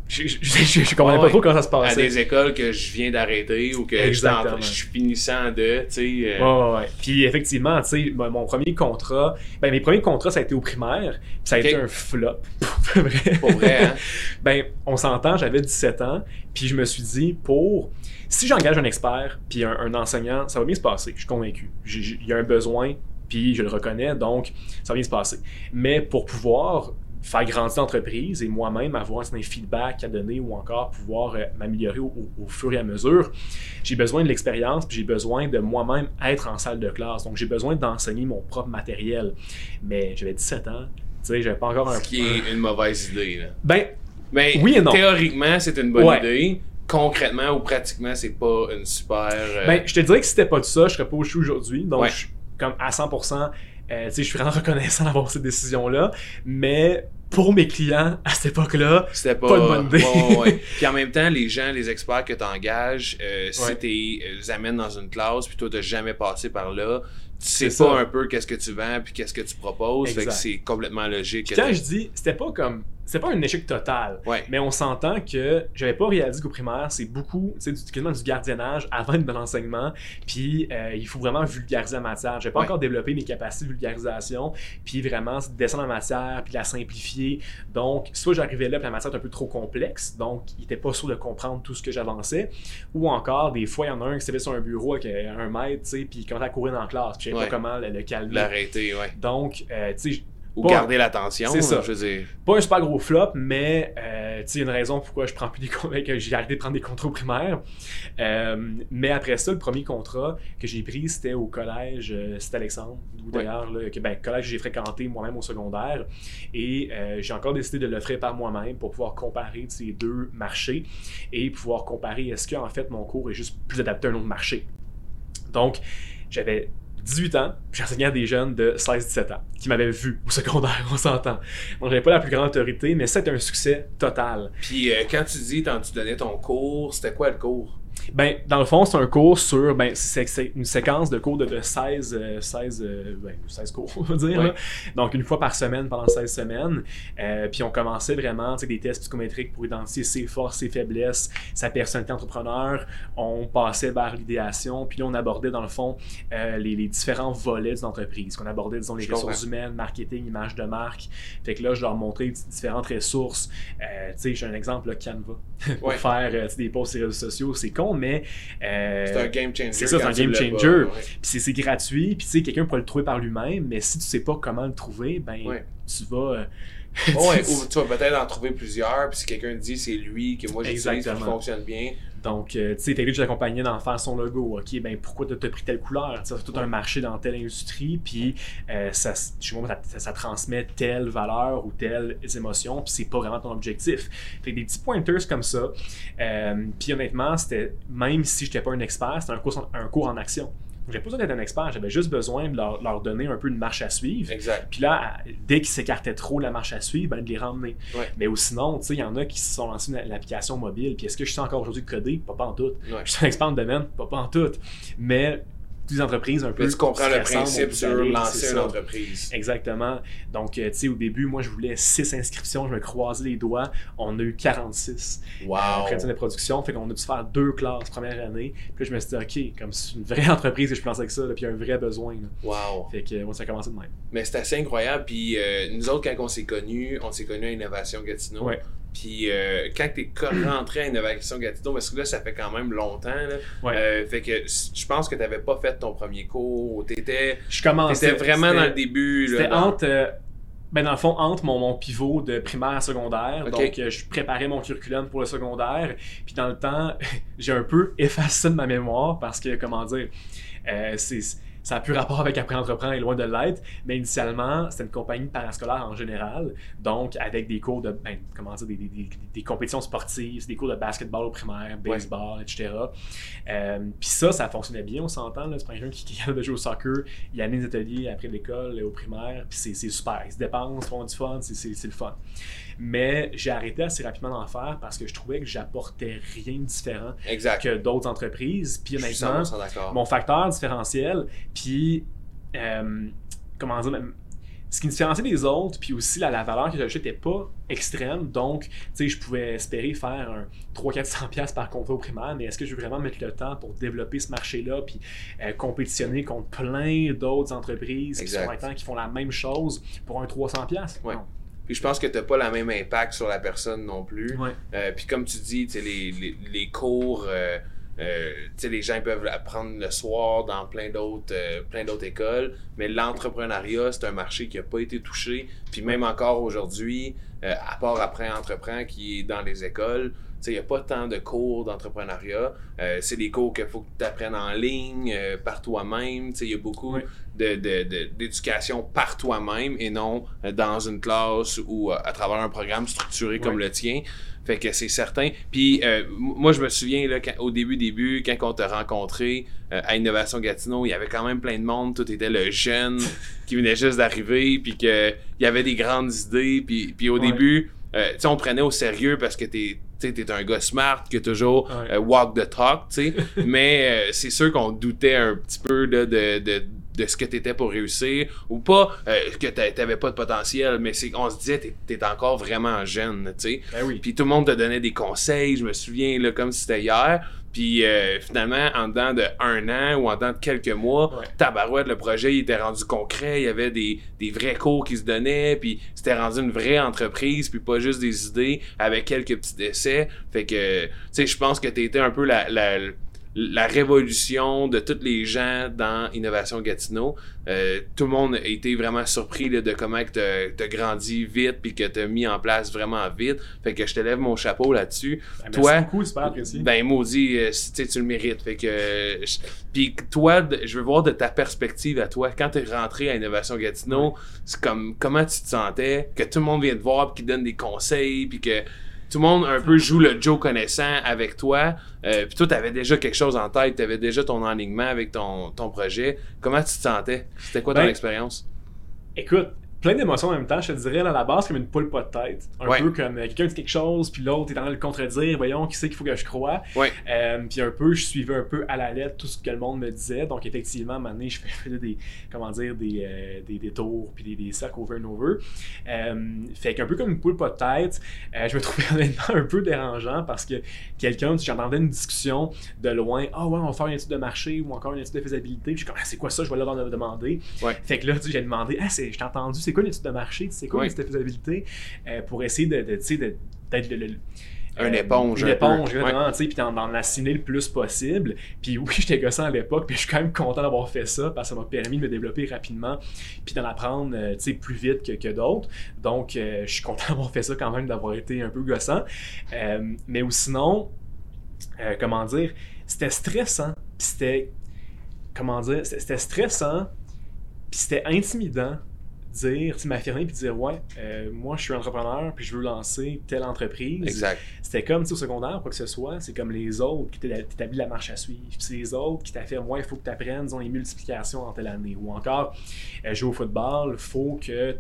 Je comprenais pas trop comment ça se passait. À des écoles que je viens d'arrêter ou que je suis finissant de, tu sais. Ouais. Puis effectivement, tu sais, mon premier contrat, mes premiers contrats, ça a été au primaire, puis ça a été un flop. Pour vrai, hein? On s'entend, j'avais 17 ans, puis je me suis dit, si j'engage un expert puis un enseignant, ça va bien se passer, je suis convaincu. Il y a un besoin, puis je le reconnais, donc ça va bien se passer. Mais pour pouvoir faire grandir l'entreprise et moi-même avoir un feedback à donner ou encore pouvoir m'améliorer au fur et à mesure, j'ai besoin de l'expérience puis j'ai besoin de moi-même être en salle de classe. Donc, j'ai besoin d'enseigner mon propre matériel. Mais j'avais 17 ans, tu sais, j'avais pas encore Ce qui est une mauvaise idée, là. Mais oui et non. Théoriquement, c'est une bonne idée. Concrètement ou pratiquement, c'est pas une super... je te dirais que si c'était pas de ça, je serais pas où je suis aujourd'hui. Donc, je suis comme à 100%... je suis vraiment reconnaissant d'avoir cette décision-là, mais pour mes clients, à cette époque-là, c'était pas une bonne idée. Puis en même temps, les experts que tu engages, si tu les amènes dans une classe, puis toi, tu n'as jamais passé par là, tu sais pas un peu qu'est-ce que tu vends, puis qu'est-ce que tu proposes, fait que c'est complètement logique. Puis quand je dis, c'était pas un échec total, mais on s'entend que j'avais pas réalisé qu'au primaire, c'est beaucoup, quasiment du gardiennage avant de l'enseignement, puis il faut vraiment vulgariser la matière. J'avais pas encore développé mes capacités de vulgarisation, puis vraiment descendre la matière, puis la simplifier. Donc, soit j'arrivais là, puis la matière est un peu trop complexe, donc il était pas sûr de comprendre tout ce que j'avançais, ou encore, des fois, il y en a un qui s'était sur un bureau avec un maître, puis il commençait à courir dans la classe, puis je savais pas comment le calmer. L'arrêter, Donc, tu sais, ou garder l'attention, c'est ça. Je veux dire. Pas un super gros flop, mais il y a une raison pourquoi je prends plus que j'ai arrêté de prendre des contrats au primaire. Mais après ça, le premier contrat que j'ai pris, c'était au collège Saint-Alexandre, d'où d'ailleurs, collège que j'ai fréquenté moi-même au secondaire. Et j'ai encore décidé de l'offrir par moi-même pour pouvoir comparer ces deux marchés et pouvoir comparer est-ce que en fait mon cours est juste plus adapté à un autre marché. Donc, j'avais 18 ans, puis j'enseignais à des jeunes de 16-17 ans qui m'avaient vu au secondaire, on s'entend. Donc, j'avais pas la plus grande autorité, mais c'était un succès total. Puis, quand tu dis, tu donnais ton cours, c'était quoi le cours? Dans le fond, c'est un cours sur... c'est une séquence de cours de 16 cours, on va dire. Là. Donc, une fois par semaine pendant 16 semaines. Puis, on commençait vraiment des tests psychométriques pour identifier ses forces, ses faiblesses, sa personnalité entrepreneur. On passait vers l'idéation. Puis là, on abordait, dans le fond, les différents volets d'une entreprise. Qu'on abordait, disons, les ressources humaines, marketing, image de marque. Fait que là, je leur montrais différentes ressources. J'ai un exemple, là, Canva. Pour faire des posts sur les réseaux sociaux. C'est con, mais c'est un game changer. C'est ça, c'est un game changer. Puis c'est gratuit, puis quelqu'un pourrait le trouver par lui-même, mais si tu sais pas comment le trouver, tu vas... ou tu vas peut-être en trouver plusieurs, puis si quelqu'un te dit c'est lui que moi j'utilise, qui fonctionne bien. Donc, tu sais, t'es lui qui t'accompagnait dans faire son logo. OK, pourquoi t'as pris telle couleur? C'est tout un marché dans telle industrie, puis ça transmet telle valeur ou telles émotions, puis c'est pas vraiment ton objectif. Fait que des petits pointers comme ça. Puis honnêtement, c'était, même si j'étais pas un expert, c'était un cours en action. Donc, j'avais pas besoin d'être un expert, j'avais juste besoin de leur donner un peu une marche à suivre. Exact. Puis là, dès qu'ils s'écartaient trop la marche à suivre, de les ramener. Mais sinon, tu sais, il y en a qui se sont lancés l'application mobile. Puis est-ce que je sais encore aujourd'hui de coder? Pas en tout. Je suis un expert de domaine? Pas en tout. Mais des entreprises un peu. Mais tu comprends le principe sur lancer une entreprise. Exactement. Donc, tu sais, au début, moi, je voulais 6 inscriptions, je me croisais les doigts. On a eu 46. Wow! Après de production, fait qu'on a dû faire 2 classes première année. Puis là, je me suis dit, OK, comme c'est une vraie entreprise que je pensais que ça, là, puis il y a un vrai besoin. Là. Wow! Fait que moi, ça a commencé de même. Mais c'est assez incroyable. Puis nous autres, quand on s'est connus à Innovation Gatineau. Ouais. Puis quand t'es rentré à Innovation Gatineau, parce que là, ça fait quand même longtemps. Là, fait que je pense que t'avais pas fait ton premier cours. T'étais vraiment dans le début. C'était là, entre... dans le fond, entre mon pivot de primaire à secondaire. Okay. Donc, je préparais mon curriculum pour le secondaire. Puis dans le temps, j'ai un peu effacé ça de ma mémoire parce que, comment dire, ça n'a plus rapport avec Après Entreprendre et loin de l'être, mais initialement, c'était une compagnie parascolaire en général, donc avec des cours de, des compétitions sportives, des cours de basketball au primaire, baseball, etc. Puis ça fonctionnait bien, on s'entend, là, c'est pas quelqu'un qui a de jouer au soccer, il y a des ateliers après l'école, au primaire, puis c'est super, ils se dépensent, font du fun, c'est le fun. Mais j'ai arrêté assez rapidement d'en faire parce que je trouvais que j'apportais rien de différent que d'autres entreprises. Puis honnêtement, mon facteur différentiel, puis comment dire, ce qui me différenciait des autres, puis aussi la valeur que j'achetais n'était pas extrême, donc tu sais, je pouvais espérer faire un 300-400$ par contrat au primaire, mais est-ce que je veux vraiment mettre le temps pour développer ce marché-là, puis compétitionner contre plein d'autres entreprises qui font la même chose pour un 300$? Ouais. Puis je pense que t'as pas le même impact sur la personne non plus. Ouais. Puis comme tu dis, les cours, les gens peuvent apprendre le soir dans plein d'autres écoles, mais l'entrepreneuriat, c'est un marché qui n'a pas été touché. Puis même encore aujourd'hui, à part après Entreprends qui est dans les écoles, il n'y a pas tant de cours d'entrepreneuriat. C'est des cours qu'il faut que tu apprennes en ligne, par toi-même. Il y a beaucoup d'éducation par toi-même et non dans une classe ou à travers un programme structuré comme le tien. Fait que c'est certain. Puis moi, je me souviens, là, au début, quand on t'a rencontré à Innovation Gatineau, il y avait quand même plein de monde. Tout était le jeune qui venait juste d'arriver, puis qu'il y avait des grandes idées. Puis au début, on prenait au sérieux parce que t'es un gars smart qui a toujours walk the talk, mais c'est sûr qu'on doutait un petit peu de ce que t'étais pour réussir, ou pas que t'avais pas de potentiel, mais on se disait t'es encore vraiment jeune, tu sais. Ben oui. Puis tout le monde te donnait des conseils, je me souviens là, comme si c'était hier. Puis finalement, en dedans de 1 an ou en dedans de quelques mois, tabarouette, le projet il était rendu concret, il y avait des vrais cours qui se donnaient, puis c'était rendu une vraie entreprise, puis pas juste des idées avec quelques petits essais. Fait que, tu sais, je pense que t'étais un peu la révolution de tous les gens dans Innovation Gatineau. Tout le monde a été vraiment surpris là, de comment t'as grandi vite puis que t'as mis en place vraiment vite. Fait que je te lève mon chapeau là-dessus. Merci beaucoup, super apprécié. Ben maudit, tu le mérites. Fait que puis toi, je veux voir de ta perspective à toi. Quand t'es rentré à Innovation Gatineau, c'est comme comment tu te sentais, que tout le monde vient te voir puis qu'il donne des conseils puis que tout le monde un peu joue le Joe connaissant avec toi. Puis toi, t'avais déjà quelque chose en tête, t'avais déjà ton enlignement avec ton projet. Comment tu te sentais? C'était quoi ton expérience? Écoute, plein d'émotions en même temps, je te dirais, à la base, comme une poule pas de tête. Un peu comme quelqu'un dit quelque chose, puis l'autre est en train de le contredire, voyons, qui c'est qu'il faut que je croie. Puis un peu, je suivais un peu à la lettre tout ce que le monde me disait. Donc effectivement, à un moment donné, je faisais des tours, puis des cercles over and over. Fait qu'un peu comme une poule pas de tête, je me trouvais honnêtement un peu dérangeant parce que j'entendais une discussion de loin, on va faire une étude de marché ou encore une étude de faisabilité, puis je suis comme, c'est quoi ça, je vais leur demander. Fait que là, j'ai demandé, je t'ai entendu, c'est quoi une étude de marché, c'est quoi une étude de faisabilité, pour essayer d'être une éponge. Une éponge, exactement, puis d'en assiner le plus possible. Puis oui, j'étais gossant à l'époque, mais je suis quand même content d'avoir fait ça parce que ça m'a permis de me développer rapidement puis d'en apprendre plus vite que d'autres. Donc, je suis content d'avoir fait ça quand même, d'avoir été un peu gossant. Mais ou sinon, c'était stressant. Puis c'était stressant, puis c'était intimidant. M'affirmer puis dire moi je suis entrepreneur puis je veux lancer telle entreprise. Exact. C'était comme au secondaire, quoi que ce soit, c'est comme les autres qui t'établissent la marche à suivre. Puis c'est les autres qui t'affirment il faut que tu apprennes les multiplications en telle année. Ou encore jouer au football, il faut que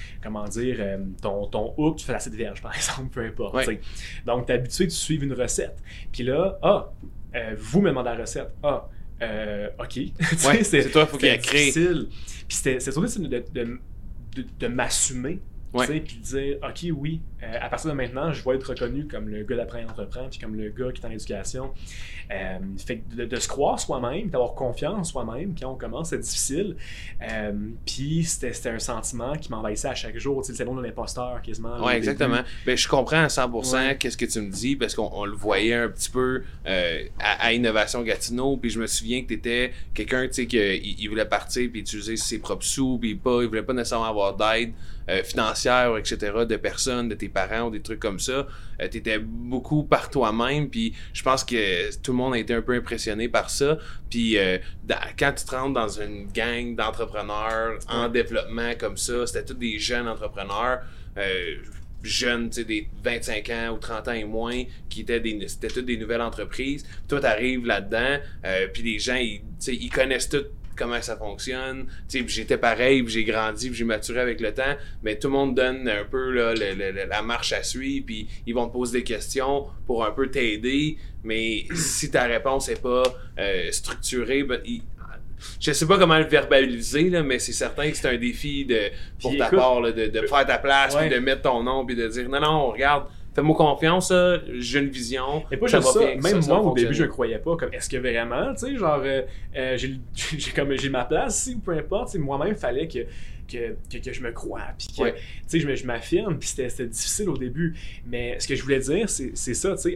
ton hook, tu fais la de verge par exemple, peu importe. Donc t'es habitué de suivre une recette. Puis là, vous me demandez la recette. OK. C'est toi, il faut qu'il y ait créé. Puis c'est surtout de m'assumer, puis de dire, OK, oui, à partir de maintenant, je vais être reconnu comme le gars d'après entreprend, puis comme le gars qui est en éducation. Fait que de se croire soi-même, d'avoir confiance en soi-même quand on commence, c'est difficile. Puis c'était un sentiment qui m'envahissait à chaque jour. C'est le syndrome de l'imposteur, quasiment. Oui, exactement. Ben, je comprends à 100% qu'est-ce que tu me dis, parce qu'on le voyait un petit peu à Innovation Gatineau, puis je me souviens que tu étais quelqu'un, tu sais, qui voulait partir, puis utiliser ses propres sous, puis il voulait pas nécessairement avoir d'aide financière, etc., de personnes, de tes parents ou des trucs comme ça. Tu étais beaucoup par toi-même, puis je pense que tout le monde a été un peu impressionné par ça. Puis quand tu te rentres dans une gang d'entrepreneurs en développement comme ça, c'était tous des jeunes entrepreneurs, jeunes, tu sais, des 25 ans ou 30 ans et moins, c'était toutes des nouvelles entreprises. Toi, t'arrives là-dedans, puis les gens, ils connaissent tout comment ça fonctionne. T'sais, j'étais pareil, j'ai grandi, j'ai maturé avec le temps, mais tout le monde donne un peu là, la marche à suivre, puis ils vont te poser des questions pour un peu t'aider, mais si ta réponse n'est pas structurée, je sais pas comment le verbaliser, là, mais c'est certain que c'est un défi pour ta part, là, de faire ta place, puis de mettre ton nom, puis de dire non, regarde, fais-moi confiance, là, j'ai une vision. Et pas juste ça, même moi au début je ne croyais pas, comme est-ce que vraiment, tu sais, genre j'ai ma place ici ou peu importe, moi-même fallait que je me croie, puis que tu sais, je m'affirme, puis c'était difficile au début. Mais ce que je voulais dire, c'est ça, tu sais.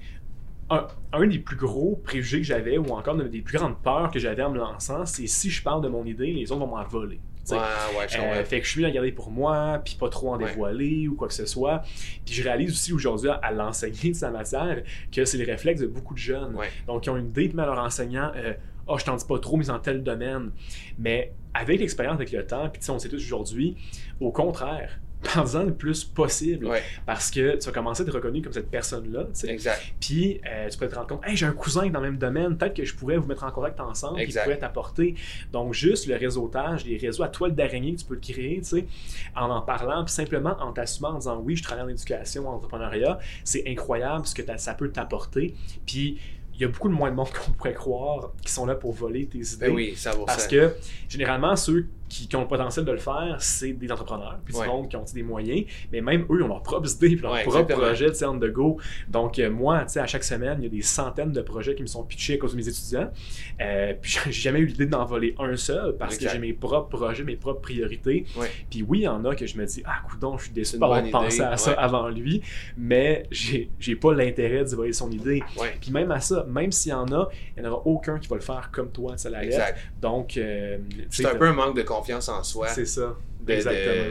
Un des plus gros préjugés que j'avais, ou encore une des plus grandes peurs que j'avais en me lançant, c'est si je parle de mon idée, les autres vont m'en voler. Fait que je suis à garder pour moi, puis pas trop en dévoiler ou quoi que ce soit. Puis je réalise aussi aujourd'hui, à l'enseigner de sa matière, que c'est le réflexe de beaucoup de jeunes. Donc, ils ont une idée, puis à leur enseignant, je t'en dis pas trop, mais dans tel domaine. Mais avec l'expérience, avec le temps, puis on le sait tous aujourd'hui, au contraire, parle-en le plus possible, parce que tu vas commencer à être reconnu comme cette personne-là, tu sais. Exact. Puis tu peux te rendre compte, j'ai un cousin qui est dans le même domaine, peut-être que je pourrais vous mettre en contact ensemble, puis il pourrait t'apporter. Donc juste le réseautage, les réseaux à toile d'araignée que tu peux te créer, tu sais, en parlant, puis simplement en t'assumant, en disant oui, je travaille en éducation, en entrepreneuriat, c'est incroyable ce que ça peut t'apporter. Puis il y a beaucoup de moins de monde qu'on pourrait croire qui sont là pour voler tes idées. Oui, ça va. Parce que généralement, ceux qui ont le potentiel de le faire, c'est des entrepreneurs, puis du monde qui ont des moyens, mais même eux, ils ont leurs propres idées, puis leurs propres projets, tu sais, on the go. Donc, moi, tu sais, à chaque semaine, il y a des centaines de projets qui me sont pitchés à cause de mes étudiants. Puis, j'ai jamais eu l'idée d'en voler un seul, parce que j'ai mes propres projets, mes propres priorités. Puis oui, il y en a que je me dis, coudonc, je suis déçu de pas avoir pensé à ça avant lui, mais j'ai pas l'intérêt d'y voler son idée. Puis même à ça, même s'il y en a, il n'y en aura aucun qui va le faire comme toi, tu sais, la lettre. Donc, c'est un peu un manque de confiance en soi. C'est ça. Exactement.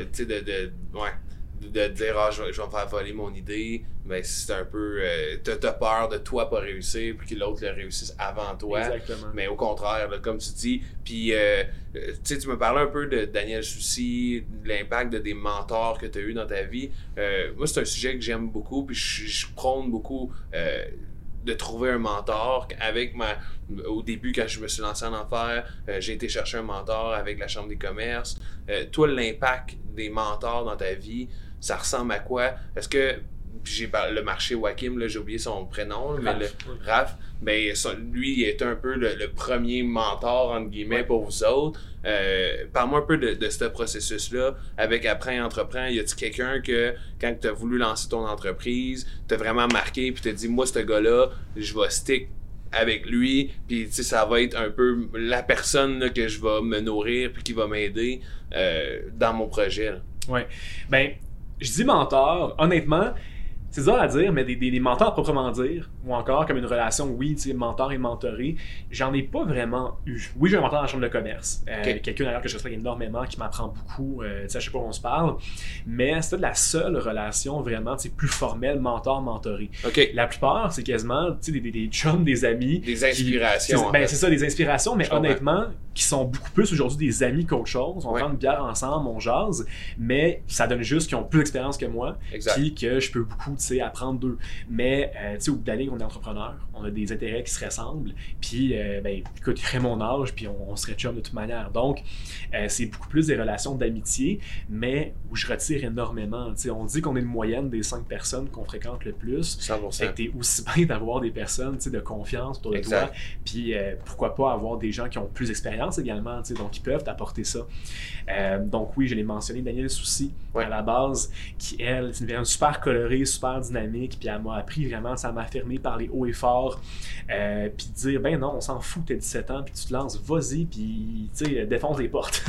De dire je vais me faire voler mon idée, mais c'est un peu t'as peur de toi pas réussir puis que l'autre le réussisse avant toi. Exactement. Mais au contraire, là, comme tu dis, puis tu me parlais un peu de Daniel Soucy, de l'impact des mentors que tu as eu dans ta vie. Moi, c'est un sujet que j'aime beaucoup, puis je prône beaucoup de trouver un mentor. Au début, quand je me suis lancé en affaires, j'ai été chercher un mentor avec la Chambre des commerces. Toi, l'impact des mentors dans ta vie, ça ressemble à quoi? Est-ce que le marché Wakim, là, j'ai oublié son prénom, mais Raph, ben, lui, il est un peu le premier mentor, entre guillemets, pour vous autres. Parle-moi un peu de ce processus-là. Avec Apprends et Entreprends, y a-t-il quelqu'un que, quand tu as voulu lancer ton entreprise, t'as vraiment marqué, puis t'as dit, moi, ce gars-là, je vais stick avec lui, puis ça va être un peu la personne là, que je vais me nourrir, puis qui va m'aider dans mon projet. Oui. Ben, je dis mentor, honnêtement, c'est dur à dire, mais des mentors à proprement dire, ou encore comme une relation, oui, tu sais, mentor et mentoré, j'en ai pas vraiment eu. Oui, j'ai un mentor dans la chambre de commerce. Quelqu'un d'ailleurs que je respecte énormément, qui m'apprend beaucoup, tu sais, je sais pas où on se parle, mais c'était la seule relation vraiment, tu sais, plus formelle, mentor-mentoré. La plupart, c'est quasiment, tu sais, des chums, des amis. Des inspirations. C'est ça, des inspirations, mais honnêtement, qui sont beaucoup plus aujourd'hui des amis qu'autre chose. On prend une bière ensemble, on jase, mais ça donne juste qu'ils ont plus d'expérience que moi, puis que je peux beaucoup, tu sais, apprendre d'eux. Mais, tu sais, au bout de la ligne, on est entrepreneur, on a des intérêts qui se ressemblent, puis, écoute, il ferait mon âge, puis on serait chum de toute manière. Donc, c'est beaucoup plus des relations d'amitié, mais où je retire énormément. Tu sais, on dit qu'on est une moyenne des 5 personnes qu'on fréquente le plus. 100%. C'était aussi bien d'avoir des personnes, tu sais, de confiance autour de toi, puis pourquoi pas avoir des gens qui ont plus d'expérience également, tu sais, donc ils peuvent t'apporter ça. Donc oui, je l'ai mentionné, Daniel Soucy, à la base, qui, elle, c'est une personne super colorée, super dynamique, puis elle m'a appris vraiment, ça m'a affirmé par les hauts et forts, puis dire, ben non, on s'en fout, t'as 17 ans, puis tu te lances, vas-y, puis tu sais, défonce les portes.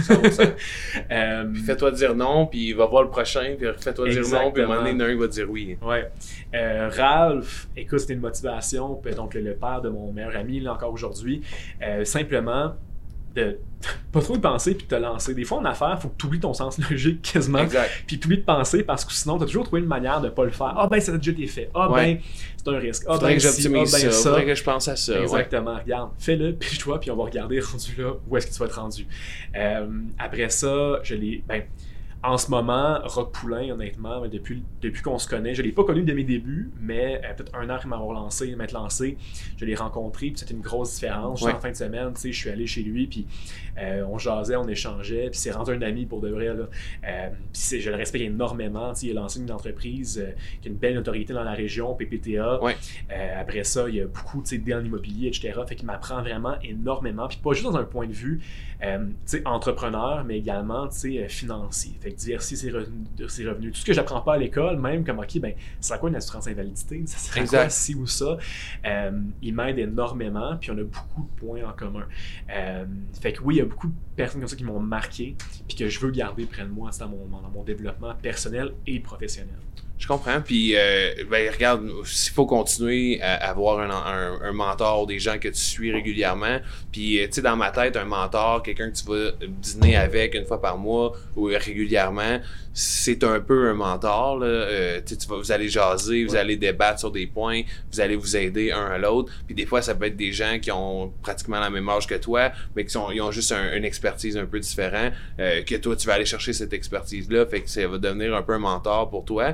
Puis fais-toi dire non, puis va voir le prochain, puis fais-toi dire non, puis à un moment donné, un va dire oui. Ouais. Ralph, écoute, c'était une motivation, puis donc le père de mon meilleur ami, là encore aujourd'hui, simplement de pas trop y penser puis de te lancer. Des fois en affaires, il faut que tu oublies ton sens logique quasiment, puis tu oublies de penser parce que sinon tu as toujours trouvé une manière de pas le faire. Ben ça a déjà été fait. Ben c'est un risque. Faudrait que j'optimise ça. Faudrait que je pense à ça. Exactement. Regarde, fais-le, puis on va regarder rendu là où est-ce que tu vas être rendu. Après ça, En ce moment, Rock Poulain, honnêtement, depuis qu'on se connaît, je ne l'ai pas connu de mes débuts, mais peut-être 1 an après m'être lancé, je l'ai rencontré, puis c'était une grosse différence. En fin de semaine, je suis allé chez lui, puis on jasait, on échangeait, puis c'est rendu un ami pour de vrai. Puis je le respecte énormément. Il a lancé une entreprise qui a une belle notoriété dans la région, PPTA. Après ça, il y a beaucoup d'idées en immobilier, etc. Fait qu'il m'apprend vraiment énormément, puis pas juste dans un point de vue entrepreneur, mais également financier. Fait que diversifier ses revenus. Tout ce que j'apprends pas à l'école, même comme OK, ben, ça sert quoi une assurance invalidité? Ça sert quoi ci ou ça? Il m'aide énormément, puis on a beaucoup de points en commun. Fait que oui, il y a beaucoup de personnes comme ça qui m'ont marqué, puis que je veux garder près de moi dans mon développement personnel et professionnel. Je comprends. Puis, regarde, s'il faut continuer à avoir un mentor, des gens que tu suis régulièrement. Puis, tu sais, dans ma tête, un mentor, quelqu'un que tu vas dîner avec une fois par mois ou régulièrement, c'est un peu un mentor. Là. Vous allez jaser, vous allez débattre sur des points, vous allez vous aider un à l'autre. Puis, des fois, ça peut être des gens qui ont pratiquement la même âge que toi, mais ils ont juste une expertise un peu différente, que toi, tu vas aller chercher cette expertise-là. Fait que ça va devenir un peu un mentor pour toi.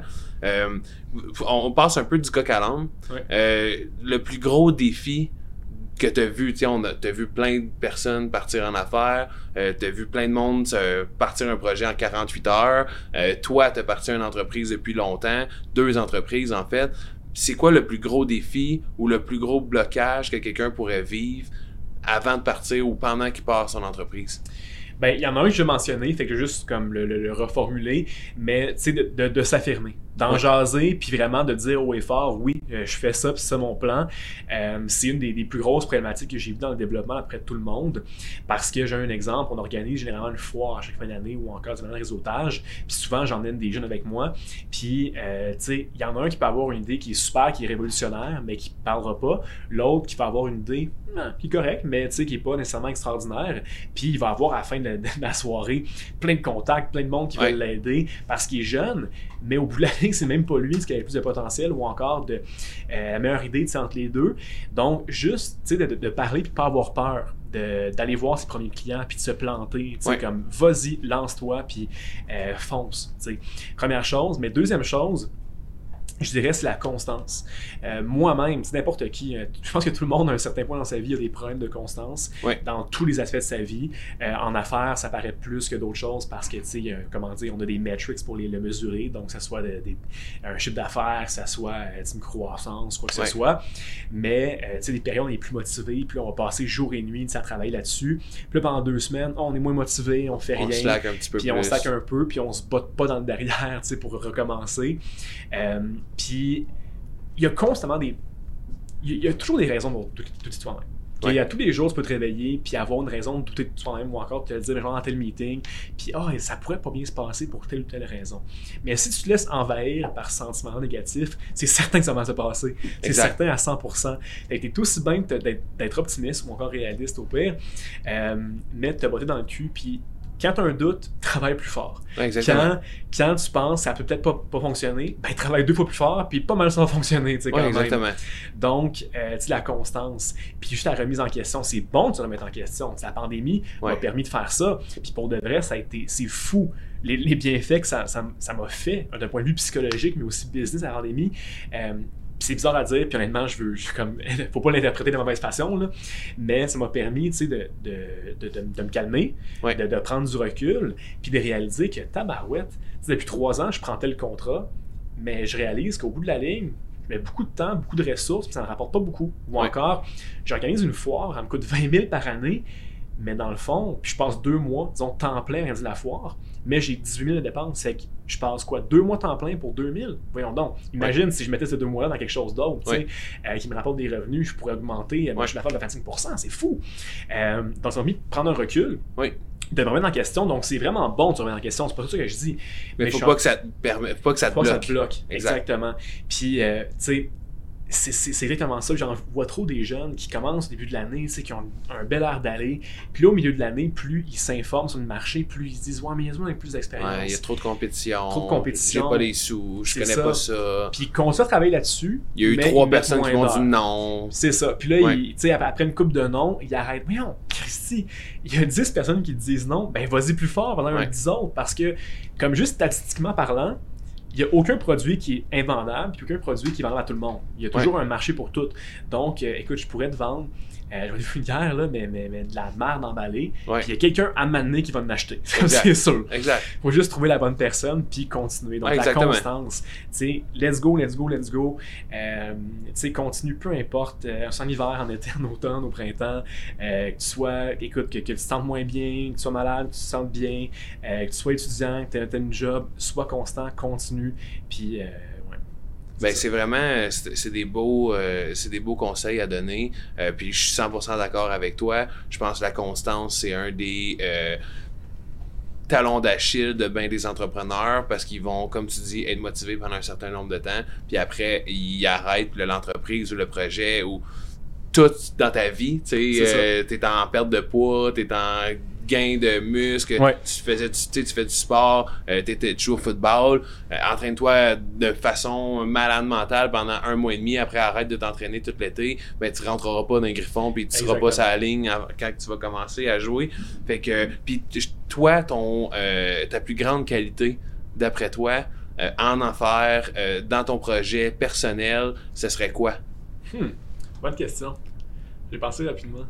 On passe un peu du coq à l'âne. Le plus gros défi que tu as vu, t'as vu plein de personnes partir en affaires, tu as vu plein de monde partir un projet en 48 heures, toi, tu as parti une entreprise depuis longtemps, 2 entreprises en fait. C'est quoi le plus gros défi ou le plus gros blocage que quelqu'un pourrait vivre avant de partir ou pendant qu'il part son entreprise? Ben, il y en a un que je vais mentionner, fait que juste comme le reformuler, mais tu sais, de s'affirmer, d'en jaser, puis vraiment de dire haut et fort, oui, je fais ça, puis c'est ça mon plan. C'est une des plus grosses problématiques que j'ai vues dans le développement après tout le monde, parce que j'ai un exemple, on organise généralement une foire à chaque fin d'année ou encore du réseautage, puis souvent j'emmène des jeunes avec moi, puis tu sais, il y en a un qui peut avoir une idée qui est super, qui est révolutionnaire, mais qui parlera pas, l'autre qui va avoir une idée qui est correcte, mais tu sais, qui est pas nécessairement extraordinaire, puis il va avoir à la fin de la soirée plein de contacts, plein de monde qui veulent l'aider parce qu'il est jeune, mais au bout de la ligne, c'est même pas lui ce qui a le plus de potentiel ou encore la meilleure idée entre les deux. Donc, juste de parler puis de pas avoir peur. D'aller voir ses premiers clients puis de se planter, comme vas-y, lance-toi puis fonce. Première chose, mais deuxième chose, je dirais, c'est la constance. Moi-même, c'est n'importe qui. Je pense que tout le monde, à un certain point dans sa vie, a des problèmes de constance dans tous les aspects de sa vie. En affaires, ça paraît plus que d'autres choses parce que, tu sais, on a des metrics pour le mesurer. Donc, que ce soit un chiffre d'affaires, que ce soit une croissance, quoi que ce soit. Mais, tu sais, les périodes, on est plus motivé, puis on va passer jour et nuit à travailler là-dessus. Puis là, pendant 2 semaines, on est moins motivé, on fait rien. On slack un petit peu puis on slack un peu, puis on se botte pas dans le derrière, tu sais, pour recommencer. Puis, il y a constamment il y a toujours des raisons de douter de toi-même. Il y a tous les jours, tu peux te réveiller puis avoir une raison de douter de toi-même ou encore te dire, genre dans tel meeting, puis ça pourrait pas bien se passer pour telle ou telle raison. Mais si tu te laisses envahir par ce sentiment négatif, c'est certain que ça va se passer. C'est certain à 100%. Fait que t'es aussi bien d'être optimiste ou encore réaliste au pire, mais de te botter dans le cul puis quand tu as un doute, travaille plus fort. Quand tu penses que ça peut peut-être pas fonctionner, ben travaille 2 fois plus fort, puis pas mal ça va fonctionner. Exactement. Donc, la constance, puis juste la remise en question, c'est bon de se remettre en question. La pandémie m'a permis de faire ça, puis pour de vrai, c'est fou. Les bienfaits que ça m'a fait, d'un point de vue psychologique, mais aussi business à la pandémie. C'est bizarre à dire, puis honnêtement, faut pas l'interpréter de mauvaise façon, là, mais ça m'a permis de me calmer, de prendre du recul, puis de réaliser que tabarouette, depuis 3 ans, je prends tel contrat, mais je réalise qu'au bout de la ligne, je mets beaucoup de temps, beaucoup de ressources, puis ça ne rapporte pas beaucoup. Ou encore, j'organise une foire, elle me coûte 20 000 par année, mais dans le fond, puis je passe 2 mois, disons, temps plein à organiser la foire, mais j'ai 18 000 de dépenses. C'est que je passe 2 mois temps plein pour 2 000? Voyons donc. Imagine si je mettais ces 2 mois-là dans quelque chose d'autre, qui me rapporte des revenus, je pourrais augmenter mon chiffre d'affaires de 25%. C'est fou. Donc, ça m'a mis de prendre un recul. De me remettre en question. Donc, c'est vraiment bon de se remettre en question. C'est pas ça que je dis. Mais faut pas que ça te bloque. Exactement. Puis, tu sais, c'est exactement ça. J'en vois trop des jeunes qui commencent au début de l'année, qui ont un bel air d'aller. Puis là, au milieu de l'année, plus ils s'informent sur le marché, plus ils se disent « Ouais, mais il y a avec plus d'expérience. » Il y a trop de compétition. Trop de compétition. J'ai pas les sous, je connais pas ça. Puis continue à travailler là-dessus. Il y a eu 3 personnes qui m'ont dit non. C'est ça. Puis là, après une couple de non, ils arrêtent. Voyons, Christy, il y a 10 personnes qui te disent non, ben vas-y plus fort pendant 10 autres. Parce que, comme juste statistiquement parlant, il n'y a aucun produit qui est invendable, puis aucun produit qui est vendable à tout le monde. Il y a toujours un marché pour tout. Donc, écoute, je pourrais te vendre, je vais dire une guerre, là, mais de la merde emballée, puis il y a quelqu'un à m'amener qui va m'acheter. C'est sûr. Exact. Faut juste trouver la bonne personne, puis continuer. Donc, la constance. Tu sais, let's go. Tu sais, continue, peu importe, en hiver, en été, en automne, au printemps, que tu sois, écoute, que tu te sentes moins bien, que tu sois malade, que tu te sentes bien, que tu sois étudiant, que tu aies une job, sois constant, continue, puis c'est vraiment c'est des beaux conseils à donner, puis je suis 100% d'accord avec toi. Je pense que la constance, c'est un des talons d'Achille de bien des entrepreneurs, parce qu'ils vont, comme tu dis, être motivés pendant un certain nombre de temps, puis après ils arrêtent l'entreprise ou le projet ou tout dans ta vie. Tu sais, t'es en perte de poids, t'es en gain de muscles, tu fais du sport, tu joues au football, entraîne-toi de façon malade mentale pendant 1 mois et demi, après arrête de t'entraîner tout l'été, ben tu rentreras pas dans un griffon, puis tu seras pas sur la ligne quand tu vas commencer à jouer. Fait que, puis toi, ta plus grande qualité, d'après toi, en affaires, dans ton projet personnel, ce serait quoi? Bonne question. J'ai pensé rapidement.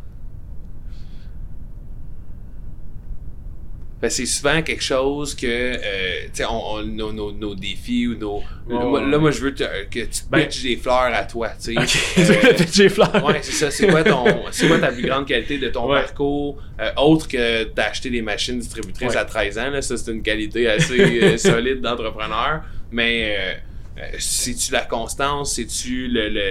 C'est souvent quelque chose que, tu sais, nos défis ou nos... Là, moi, je veux que tu pitches des fleurs à toi, tu sais. Pitcher des fleurs. Ouais, c'est ça. C'est quoi ta plus grande qualité de ton parcours, autre que d'acheter des machines distributrices à 13 ans, là, ça, c'est une qualité assez solide d'entrepreneur. Mais, c'est-tu la constance? C'est-tu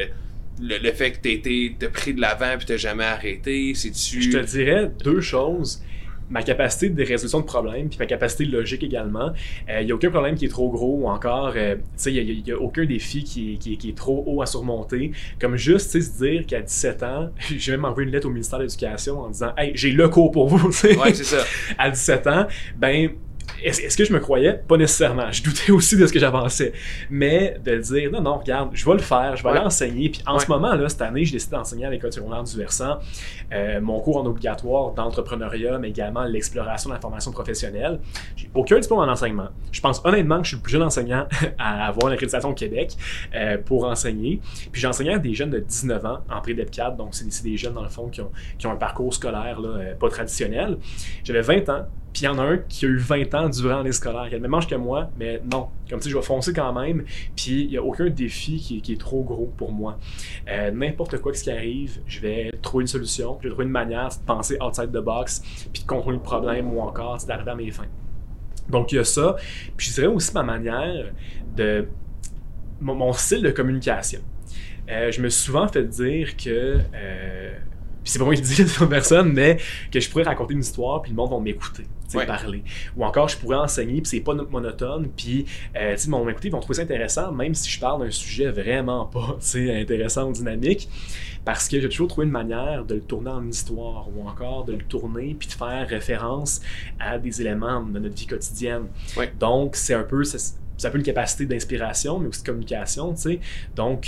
le fait que t'as pris de l'avant puis t'as jamais arrêté? C'est-tu... Je te dirais 2 choses. Ma capacité de résolution de problèmes, puis ma capacité logique également. Il n'y a aucun problème qui est trop gros, ou encore, tu sais, il n'y a aucun défi qui est trop haut à surmonter. Comme juste, tu sais, se dire qu'à 17 ans, j'ai même envoyé une lettre au ministère de l'Éducation en disant « Hey, j'ai le cours pour vous », tu sais. Ouais, c'est ça. À 17 ans, ben... Est-ce que je me croyais? Pas nécessairement. Je doutais aussi de ce que j'avançais. Mais de dire, non, regarde, je vais le faire, je vais aller enseigner. Puis en ce moment, là, cette année, j'ai décidé d'enseigner à l'École secondaire du Versant mon cours en obligatoire d'entrepreneuriat, mais également l'exploration de la formation professionnelle. J'ai aucun diplôme en enseignement. Je pense honnêtement que je suis le plus jeune enseignant à avoir une accréditation au Québec pour enseigner. Puis j'ai enseigné à des jeunes de 19 ans en pré-DEP 4, donc c'est des jeunes, dans le fond, qui ont un parcours scolaire là, pas traditionnel. J'avais 20 ans. Puis il y en a un qui a eu 20 ans durant l'année scolaire. Il a le même âge que moi, mais non. Comme tu sais, je vais foncer quand même. Puis il n'y a aucun défi qui est trop gros pour moi. N'importe quoi qui arrive, je vais trouver une solution. Je vais trouver une manière de penser outside the box, puis de contrôler le problème ou encore d'arriver à mes fins. Donc il y a ça. Puis je dirais aussi ma manière de... mon style de communication. Je me suis souvent fait dire que... puis c'est pas moi qui le dis à personne, mais que je pourrais raconter une histoire puis le monde va m'écouter, parler. Ou encore, je pourrais enseigner puis c'est pas monotone, puis ils vont m'écouter, ils vont trouver ça intéressant, même si je parle d'un sujet vraiment pas intéressant ou dynamique, parce que j'ai toujours trouvé une manière de le tourner en histoire ou encore de le tourner puis de faire référence à des éléments de notre vie quotidienne. Donc, c'est un peu... Ça peut une capacité d'inspiration, mais aussi de communication, tu sais. Donc,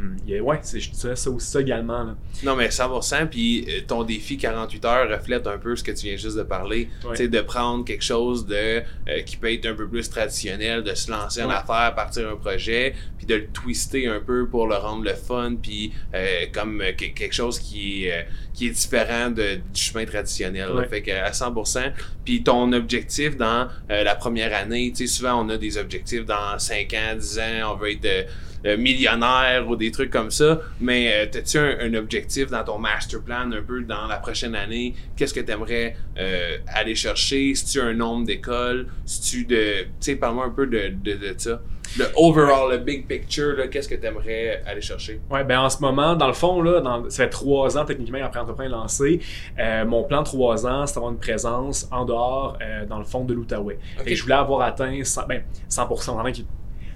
je dirais ça aussi ça également. Là. Non, mais 100%, puis ton défi 48 heures reflète un peu ce que tu viens juste de parler. Tu sais, de prendre quelque chose qui peut être un peu plus traditionnel, de se lancer en affaires à partir d'un projet, puis de le twister un peu pour le rendre le fun, puis comme quelque chose qui est différent du chemin traditionnel. Là. Fait qu'à 100%. Puis ton objectif dans la première année, tu sais, souvent on a des objectifs dans 5 ans, 10 ans, on veut être millionnaire ou des trucs comme ça, mais as-tu un objectif dans ton master plan un peu dans la prochaine année? Qu'est-ce que tu aimerais aller chercher? Si tu as un nombre d'écoles? Si tu sais, parle-moi un peu de ça. Le overall, le big picture, là, qu'est-ce que tu aimerais aller chercher? Ouais, ben en ce moment, dans le fond, là, ça fait 3 ans techniquement après Entreprendre lancé. Mon plan 3 ans, c'est d'avoir une présence en dehors, dans le fond de l'Outaouais. Okay. Je voulais avoir atteint 100%.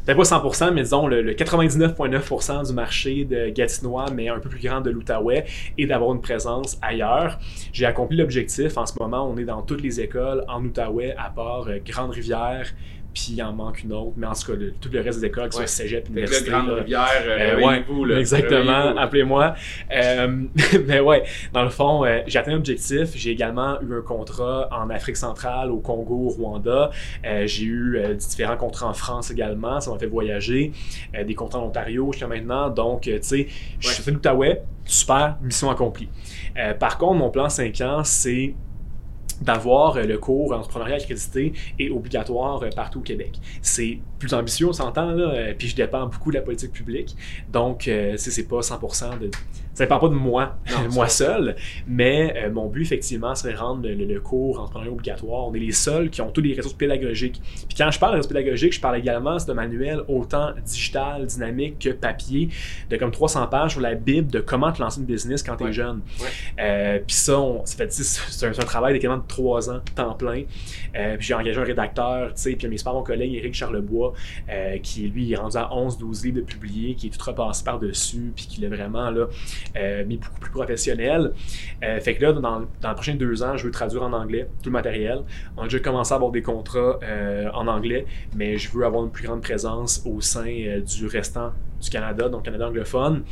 peut-être pas 100%, mais disons le 99,9% du marché de Gatineau, mais un peu plus grand de l'Outaouais, et d'avoir une présence ailleurs. J'ai accompli l'objectif. En ce moment, on est dans toutes les écoles en Outaouais, à part Grande-Rivière, puis il en manque une autre, mais en tout cas, tout le reste des écoles, que ce soit cégep, université. Grande-Rivière, exactement, appelez-moi. Mais ouais, dans le fond, j'ai atteint l'objectif. J'ai également eu un contrat en Afrique centrale, au Congo, au Rwanda. J'ai eu différents contrats en France également, ça m'a fait voyager. Des contrats en Ontario jusqu'à maintenant. Donc, tu sais, je suis fait l'Outaouais, super, mission accomplie. Par contre, mon plan 5 ans, c'est d'avoir le cours entrepreneuriat accrédité et obligatoire partout au Québec. C'est plus ambitieux, on s'entend, là, puis je dépends beaucoup de la politique publique. Donc, c'est pas 100% de... Ça dépend pas de moi, moi seul, mais mon but, effectivement, c'est de rendre le cours entrepreneuriat obligatoire. On est les seuls qui ont tous les ressources pédagogiques. Puis quand je parle de ressources pédagogiques, je parle également de manuel autant digital, dynamique que papier, de comme 300 pages sur la Bible de comment te lancer une business quand tu es jeune. Puis ça, c'est un travail de quasiment 3 ans, temps plein. Puis j'ai engagé un rédacteur, tu sais, puis mes super bons collègues, Éric Charlebois, qui lui est rendu à 11-12 livres de publiés, qui est tout repassé par-dessus, puis qui l'a vraiment là, mis beaucoup plus professionnel. Fait que là, dans les prochains 2 ans, je veux traduire en anglais tout le matériel. On a déjà commencé à avoir des contrats en anglais, mais je veux avoir une plus grande présence au sein du restant du Canada, donc Canada anglophone.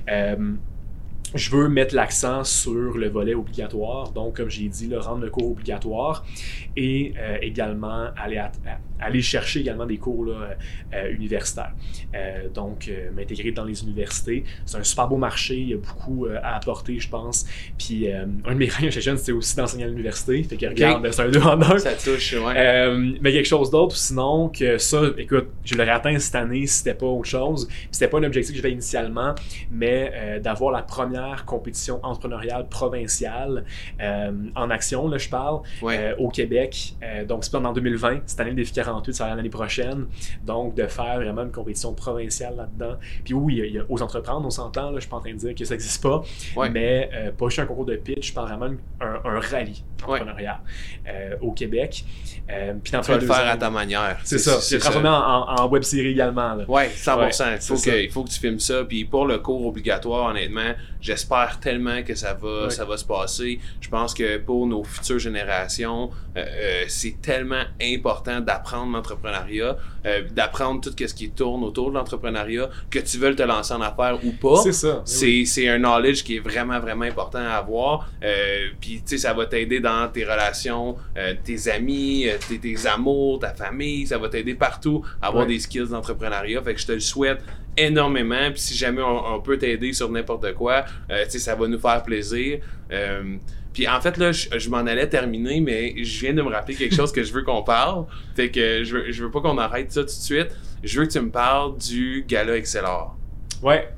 Je veux mettre l'accent sur le volet obligatoire, donc comme j'ai dit, rendre le cours obligatoire et également aller chercher également des cours universitaires. Donc m'intégrer dans les universités. C'est un super beau marché, il y a beaucoup à apporter, je pense. Puis un de mes rêves chez jeune, c'était aussi d'enseigner à l'université. Fait que regarde, c'est un 2 en 1. Ça touche, mais quelque chose d'autre, sinon que ça, écoute, je l'aurais atteint cette année si c'était pas autre chose. Puis c'était pas un objectif que j'avais initialement, mais d'avoir la première compétition entrepreneuriale provinciale en action, là je parle, au Québec. Donc c'est pas en 2020, cette année le défi 48, ça va l'année prochaine. Donc de faire vraiment une compétition provinciale là-dedans. Puis oui, il y a aux entreprendre, on s'entend, là, je suis pas en train de dire que ça n'existe pas, mais pas juste un concours de pitch, je parle vraiment un rallye entrepreneurial au Québec. Puis tu vas le faire à ta manière. C'est ça, c'est transformé en web-série également. Oui, 100%. Il faut que tu filmes ça. Puis pour le cours obligatoire, honnêtement, j'espère tellement que ça va se passer. Je pense que pour nos futures générations, c'est tellement important d'apprendre l'entrepreneuriat, d'apprendre tout ce qui tourne autour de l'entrepreneuriat, que tu veux te lancer en affaires ou pas. C'est ça. C'est un knowledge qui est vraiment, vraiment important à avoir. Puis, tu sais, ça va t'aider dans tes relations, tes amis, tes amours, ta famille. Ça va t'aider partout à avoir des skills d'entrepreneuriat. Fait que je te le souhaite énormément. Puis si jamais on peut t'aider sur n'importe quoi, ça va nous faire plaisir. Puis en fait, là, je m'en allais terminer, mais je viens de me rappeler quelque chose que je veux qu'on parle. Fait que je veux pas qu'on arrête ça tout de suite. Je veux que tu me parles du Gala Excelor. Ouais.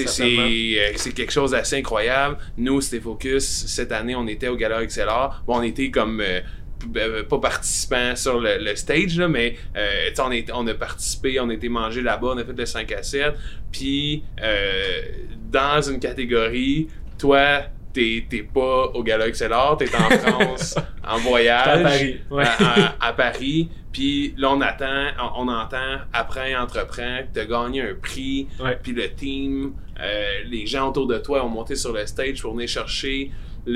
C'est quelque chose d'assez incroyable. Nous, c'était Focus. Cette année, on était au Gala Excelor. Bon, on était comme... pas participants sur le stage, là, mais on a participé, on a été manger là-bas, on a fait le 5 à 7. Puis, dans une catégorie, toi, t'es pas au Gala Excelor, t'es en France, en voyage, à Paris. Puis là, on entend, apprends et entreprends, que t'as gagné un prix. Puis le team, les gens autour de toi ont monté sur le stage pour venir chercher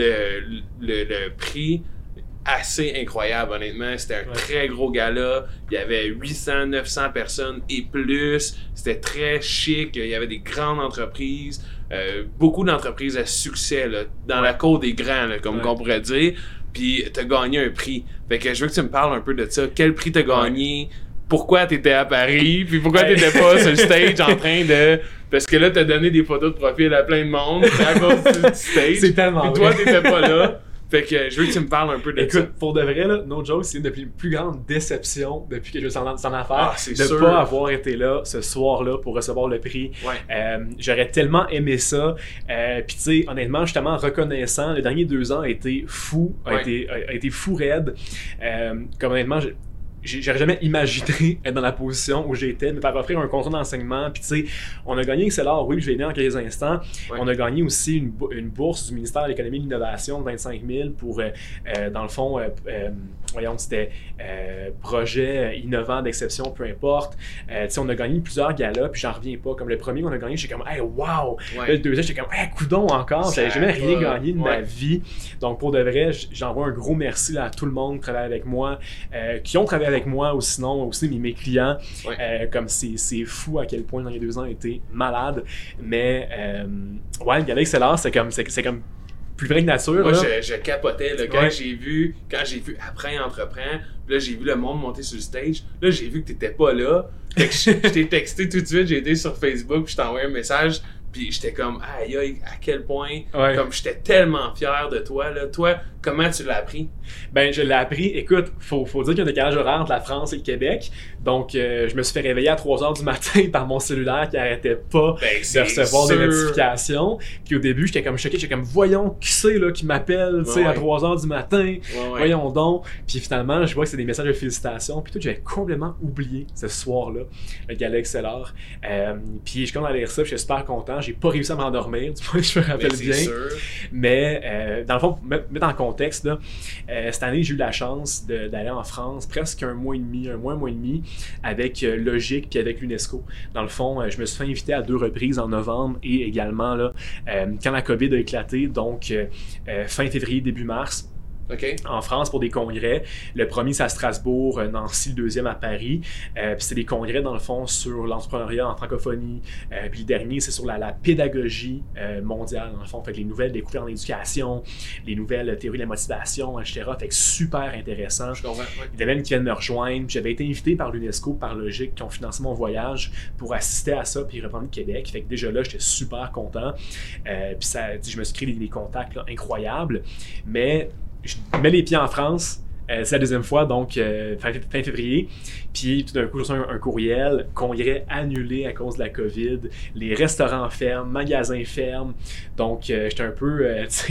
le prix. Assez incroyable, honnêtement. C'était un très gros gala. Il y avait 800-900 personnes et plus. C'était très chic. Il y avait des grandes entreprises. Beaucoup d'entreprises à succès là, dans la cour des grands, là, comme on pourrait dire. Puis t'as gagné un prix. Fait que je veux que tu me parles un peu de ça. Quel prix t'as gagné? Pourquoi t'étais à Paris? Puis pourquoi t'étais pas sur le stage en train de... Parce que là, t'as donné des photos de profil à plein de monde à cause du stage. C'est tellement Puis toi, t'étais pas là. Fait que je veux que tu me parles un peu de ça. Écoute, pour de vrai, là, no joke, c'est une des plus grandes déceptions depuis que je suis en affaires de ne pas avoir été là ce soir-là pour recevoir le prix. J'aurais tellement aimé ça. Puis tu sais, honnêtement, justement, reconnaissant, les derniers 2 ans a été fou, a été fou raide. Comme honnêtement, j'aurais jamais imaginé être dans la position où j'étais, de me faire offrir un contrat d'enseignement. Puis tu sais, on a gagné Excelor, oui, je vais venir en quelques instants. On a gagné aussi une bourse du ministère de l'Économie et de l'Innovation de 25 000 pour, dans le fond, c'était projet innovant, d'exception, peu importe. On a gagné plusieurs galas, puis j'en reviens pas. Comme le premier qu'on a gagné, j'étais comme, hey, wow! Là, le deuxième, j'étais comme, hey, coudon encore! J'avais jamais rien gagné de ma vie. Donc, pour de vrai, j'envoie un gros merci là, à tout le monde qui travaille avec moi, qui ont travaillé avec moi, ou sinon aussi mes clients. Comme c'est fou à quel point dans les 2 ans, a été malade. Mais, le gala XLR, c'est comme plus vrai que nature. Moi, je capotais là, quand j'ai vu Après Entreprends, puis là j'ai vu le monde monter sur le stage, là j'ai vu que t'étais pas là, fait que je t'ai texté tout de suite, j'ai été sur Facebook, puis je t'ai envoyé un message, puis j'étais comme aïe à quel point, comme j'étais tellement fier de toi là. Toi, comment tu l'as appris? Ben je l'ai appris, écoute, faut dire qu'il y a un décalage horaire entre la France et le Québec, donc je me suis fait réveiller à 3h du matin par mon cellulaire qui arrêtait pas de recevoir des notifications, puis au début j'étais comme choqué, j'étais comme voyons qui c'est là qui m'appelle à 3h du matin, voyons donc, puis finalement je vois que c'est des messages de félicitations, puis tout, j'avais complètement oublié ce soir-là le gala XLR, puis je commence à lire ça, puis j'étais super content, j'ai pas réussi à m'endormir, du moins je me rappelle bien, mais dans le fond, mettre en contexte là, cette année j'ai eu la chance d'aller en France presque un mois et demi avec Logique puis avec l'UNESCO. Dans le fond, je me suis fait inviter à 2 reprises en novembre et également là, quand la COVID a éclaté, donc fin février, début mars. En France pour des congrès. Le premier, c'est à Strasbourg, Nancy, le deuxième à Paris. Puis c'est des congrès, dans le fond, sur l'entrepreneuriat en francophonie. Puis le dernier, c'est sur la pédagogie mondiale, dans le fond. Fait que les nouvelles découvertes en éducation, les nouvelles théories de la motivation, etc. Fait que super intéressant. Il y en avait une qui vient de me rejoindre. J'avais été invité par l'UNESCO, par Logique, qui ont financé mon voyage pour assister à ça puis reprendre le Québec. Fait que déjà là, j'étais super content. Puis je me suis créé des contacts là, incroyables. Mais je mets les pieds en France, c'est la deuxième fois, donc fin février. Puis tout d'un coup, je reçois un courriel, congrès annulé à cause de la COVID, les restaurants ferment, magasins ferment. Donc j'étais un peu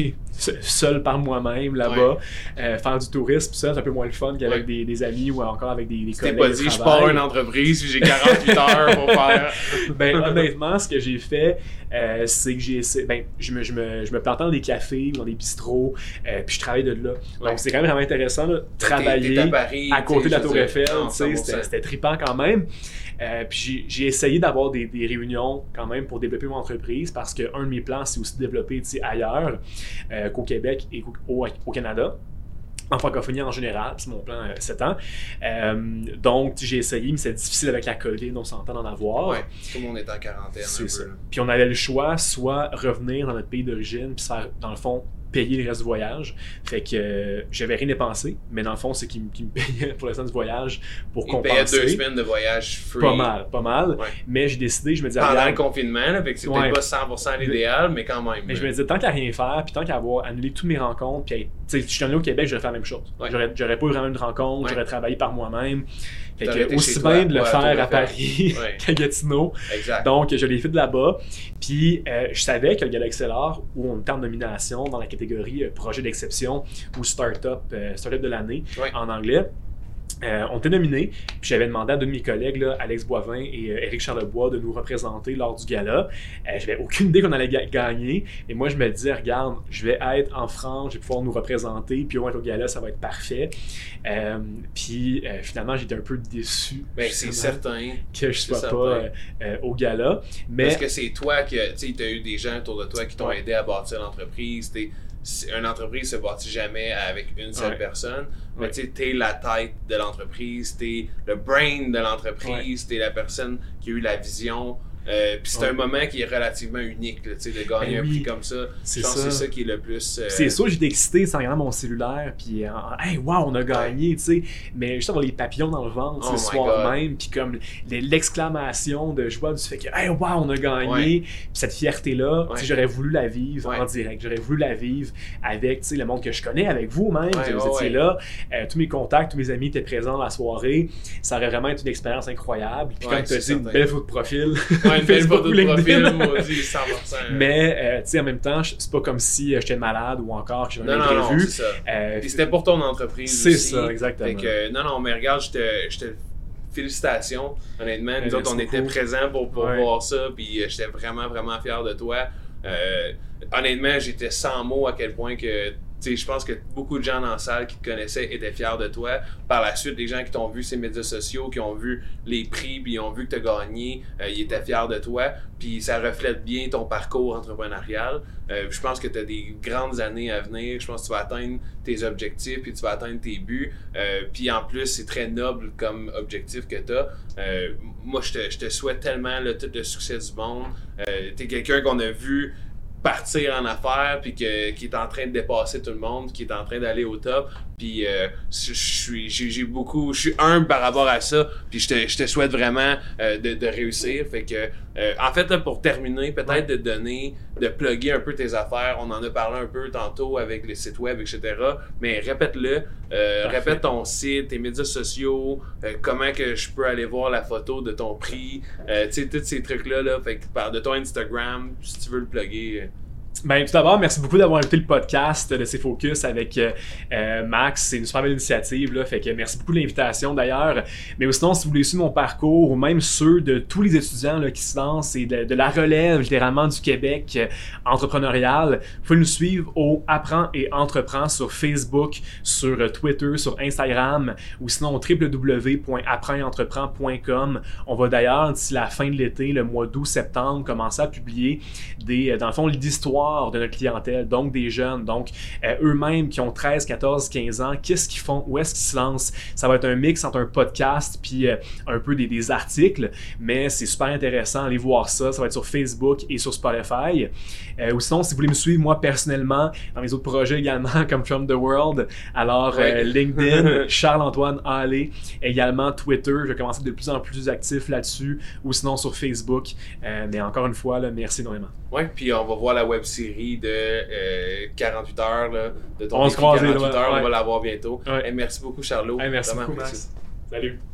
seul par moi-même là-bas. Faire du tourisme, ça, c'est un peu moins le fun qu'avec des amis ou encore avec des collègues. T'es pas dit, je pars une entreprise, j'ai 48 heures pour faire. Honnêtement, ce que j'ai fait, c'est que je me plantais dans des cafés, dans des bistrots, puis je travaillais de là. Donc c'est quand même vraiment intéressant là, travailler à, Paris, à côté de la Tour Eiffel, c'était trippant quand même. Puis j'ai essayé d'avoir des réunions quand même pour développer mon entreprise parce qu'un de mes plans, c'est aussi de développer ailleurs qu'au Québec et au Canada. En francophonie en général, c'est mon plan 7 ans. Donc, j'ai essayé, mais c'est difficile avec la COVID, on s'entend d'en avoir. Tout le monde est en quarantaine. C'est ça. Puis on avait le choix, soit revenir dans notre pays d'origine, puis se faire, dans le fond, payer le reste du voyage. Fait que j'avais rien dépensé, mais dans le fond, c'est qu'il me payait pour le reste du voyage pour compenser. Il payait 2 semaines de voyage free. Pas mal. Ouais. Mais j'ai décidé, je me disais... Pendant le confinement, là, fait que c'était pas 100% l'idéal, mais quand même. Mais je me disais, tant qu'à rien faire, puis tant qu'à avoir annulé toutes mes rencontres, puis si je suis allé au Québec, j'aurais fait la même chose. J'aurais pas eu vraiment une rencontre, j'aurais travaillé par moi-même. Fait que aussi bien de le faire à Paris qu'à Gatineau. Exact. Donc, je l'ai fait de là-bas. Puis, je savais que le Gala XLR, où on était en nomination dans la catégorie projet d'exception ou startup de l'année en anglais, on était nominés, puis j'avais demandé à 2 de mes collègues, là, Alex Boivin et Éric Charlebois, de nous représenter lors du gala. J'avais aucune idée qu'on allait gagner, et moi je me disais, regarde, je vais être en France, je vais pouvoir nous représenter, puis au moins au gala, ça va être parfait. Puis finalement, j'étais un peu déçu. C'est certain que je sois pas au gala. Mais... Parce que c'est toi qui t'as eu des gens autour de toi qui t'ont aidé à bâtir l'entreprise. Une entreprise se bâtit jamais avec une seule personne, mais t'es la tête de l'entreprise, t'es le brain de l'entreprise, t'es la personne qui a eu la vision. Puis c'est un moment qui est relativement unique, là, de gagner un prix comme ça. Je pense que c'est ça qui est le plus... C'est sûr, j'étais excité sans regarder mon cellulaire, puis hey, wow, on a gagné, tu sais. Mais juste avoir les papillons dans le ventre le soir même, puis comme l'exclamation de joie du fait que hey, wow, on a gagné, puis cette fierté-là, j'aurais voulu la vivre en direct. J'aurais voulu la vivre avec le monde que je connais, avec vous même, vous étiez là. Tous mes contacts, tous mes amis étaient présents à la soirée. Ça aurait vraiment été une expérience incroyable. Puis comme tu as dit, une belle photo de profil. Une belle photo de profil, moi aussi, 100%. Mais, tu sais, en même temps, c'est pas comme si j'étais malade ou encore que j'avais rien prévu. Non, c'est ça. Et c'était pour ton entreprise c'est aussi. C'est ça, exactement. Fait que, non, mais regarde, je te félicitations. Honnêtement, nous autres, on était présents pour voir ça, puis j'étais vraiment, vraiment fier de toi. Honnêtement, j'étais sans mots à quel point que je pense que beaucoup de gens dans la salle qui te connaissaient étaient fiers de toi. Par la suite, les gens qui t'ont vu sur les médias sociaux, qui ont vu les prix, puis ils ont vu que tu as gagné, ils étaient fiers de toi. Puis ça reflète bien ton parcours entrepreneurial. Je pense que tu as des grandes années à venir. Je pense que tu vas atteindre tes objectifs, puis tu vas atteindre tes buts. Puis en plus, c'est très noble comme objectif que tu as. Moi, je te souhaite tellement tout le succès du monde. Tu es quelqu'un qu'on a vu partir en affaires, puis qui est en train de dépasser tout le monde, qui est en train d'aller au top. Puis je suis humble par rapport à ça, puis je te souhaite vraiment de réussir. Fait que, en fait, là, pour terminer, peut-être de plugger un peu tes affaires. On en a parlé un peu tantôt avec les sites web, etc. Mais répète-le. Répète ton site, tes médias sociaux, comment que je peux aller voir la photo de ton prix, tu sais, tous ces trucs-là. Fait que parle de ton Instagram, si tu veux le plugger. Ben, tout d'abord, merci beaucoup d'avoir invité le podcast de C'est Focus avec Max. C'est une super belle initiative, là, fait que merci beaucoup de l'invitation d'ailleurs. Mais sinon, si vous voulez suivre mon parcours ou même ceux de tous les étudiants là, qui se lancent et de la relève littéralement du Québec entrepreneurial, vous pouvez nous suivre au Apprends et Entreprends sur Facebook, sur Twitter, sur Instagram ou sinon au www.apprendentreprends.com. On va d'ailleurs, d'ici la fin de l'été, le mois d'août-septembre, commencer à publier dans le fond, l'histoire de notre clientèle, donc des jeunes, donc eux-mêmes qui ont 13, 14, 15 ans, qu'est-ce qu'ils font, où est-ce qu'ils se lancent. Ça va être un mix entre un podcast puis un peu des articles, mais c'est super intéressant, allez voir ça, ça va être sur Facebook et sur Spotify. Ou sinon, si vous voulez me suivre moi personnellement dans mes autres projets également comme Trump the World, alors LinkedIn, Charles-Antoine Allé, également Twitter, je vais commencer de plus en plus actif là-dessus, ou sinon sur Facebook, mais encore une fois, là, merci énormément. Oui, puis on va voir la web-série de 48 heures, là, de ton défi 48 heures, on va la voir bientôt. Hey, merci beaucoup, Charlot. Hey, merci beaucoup, Max. Salut.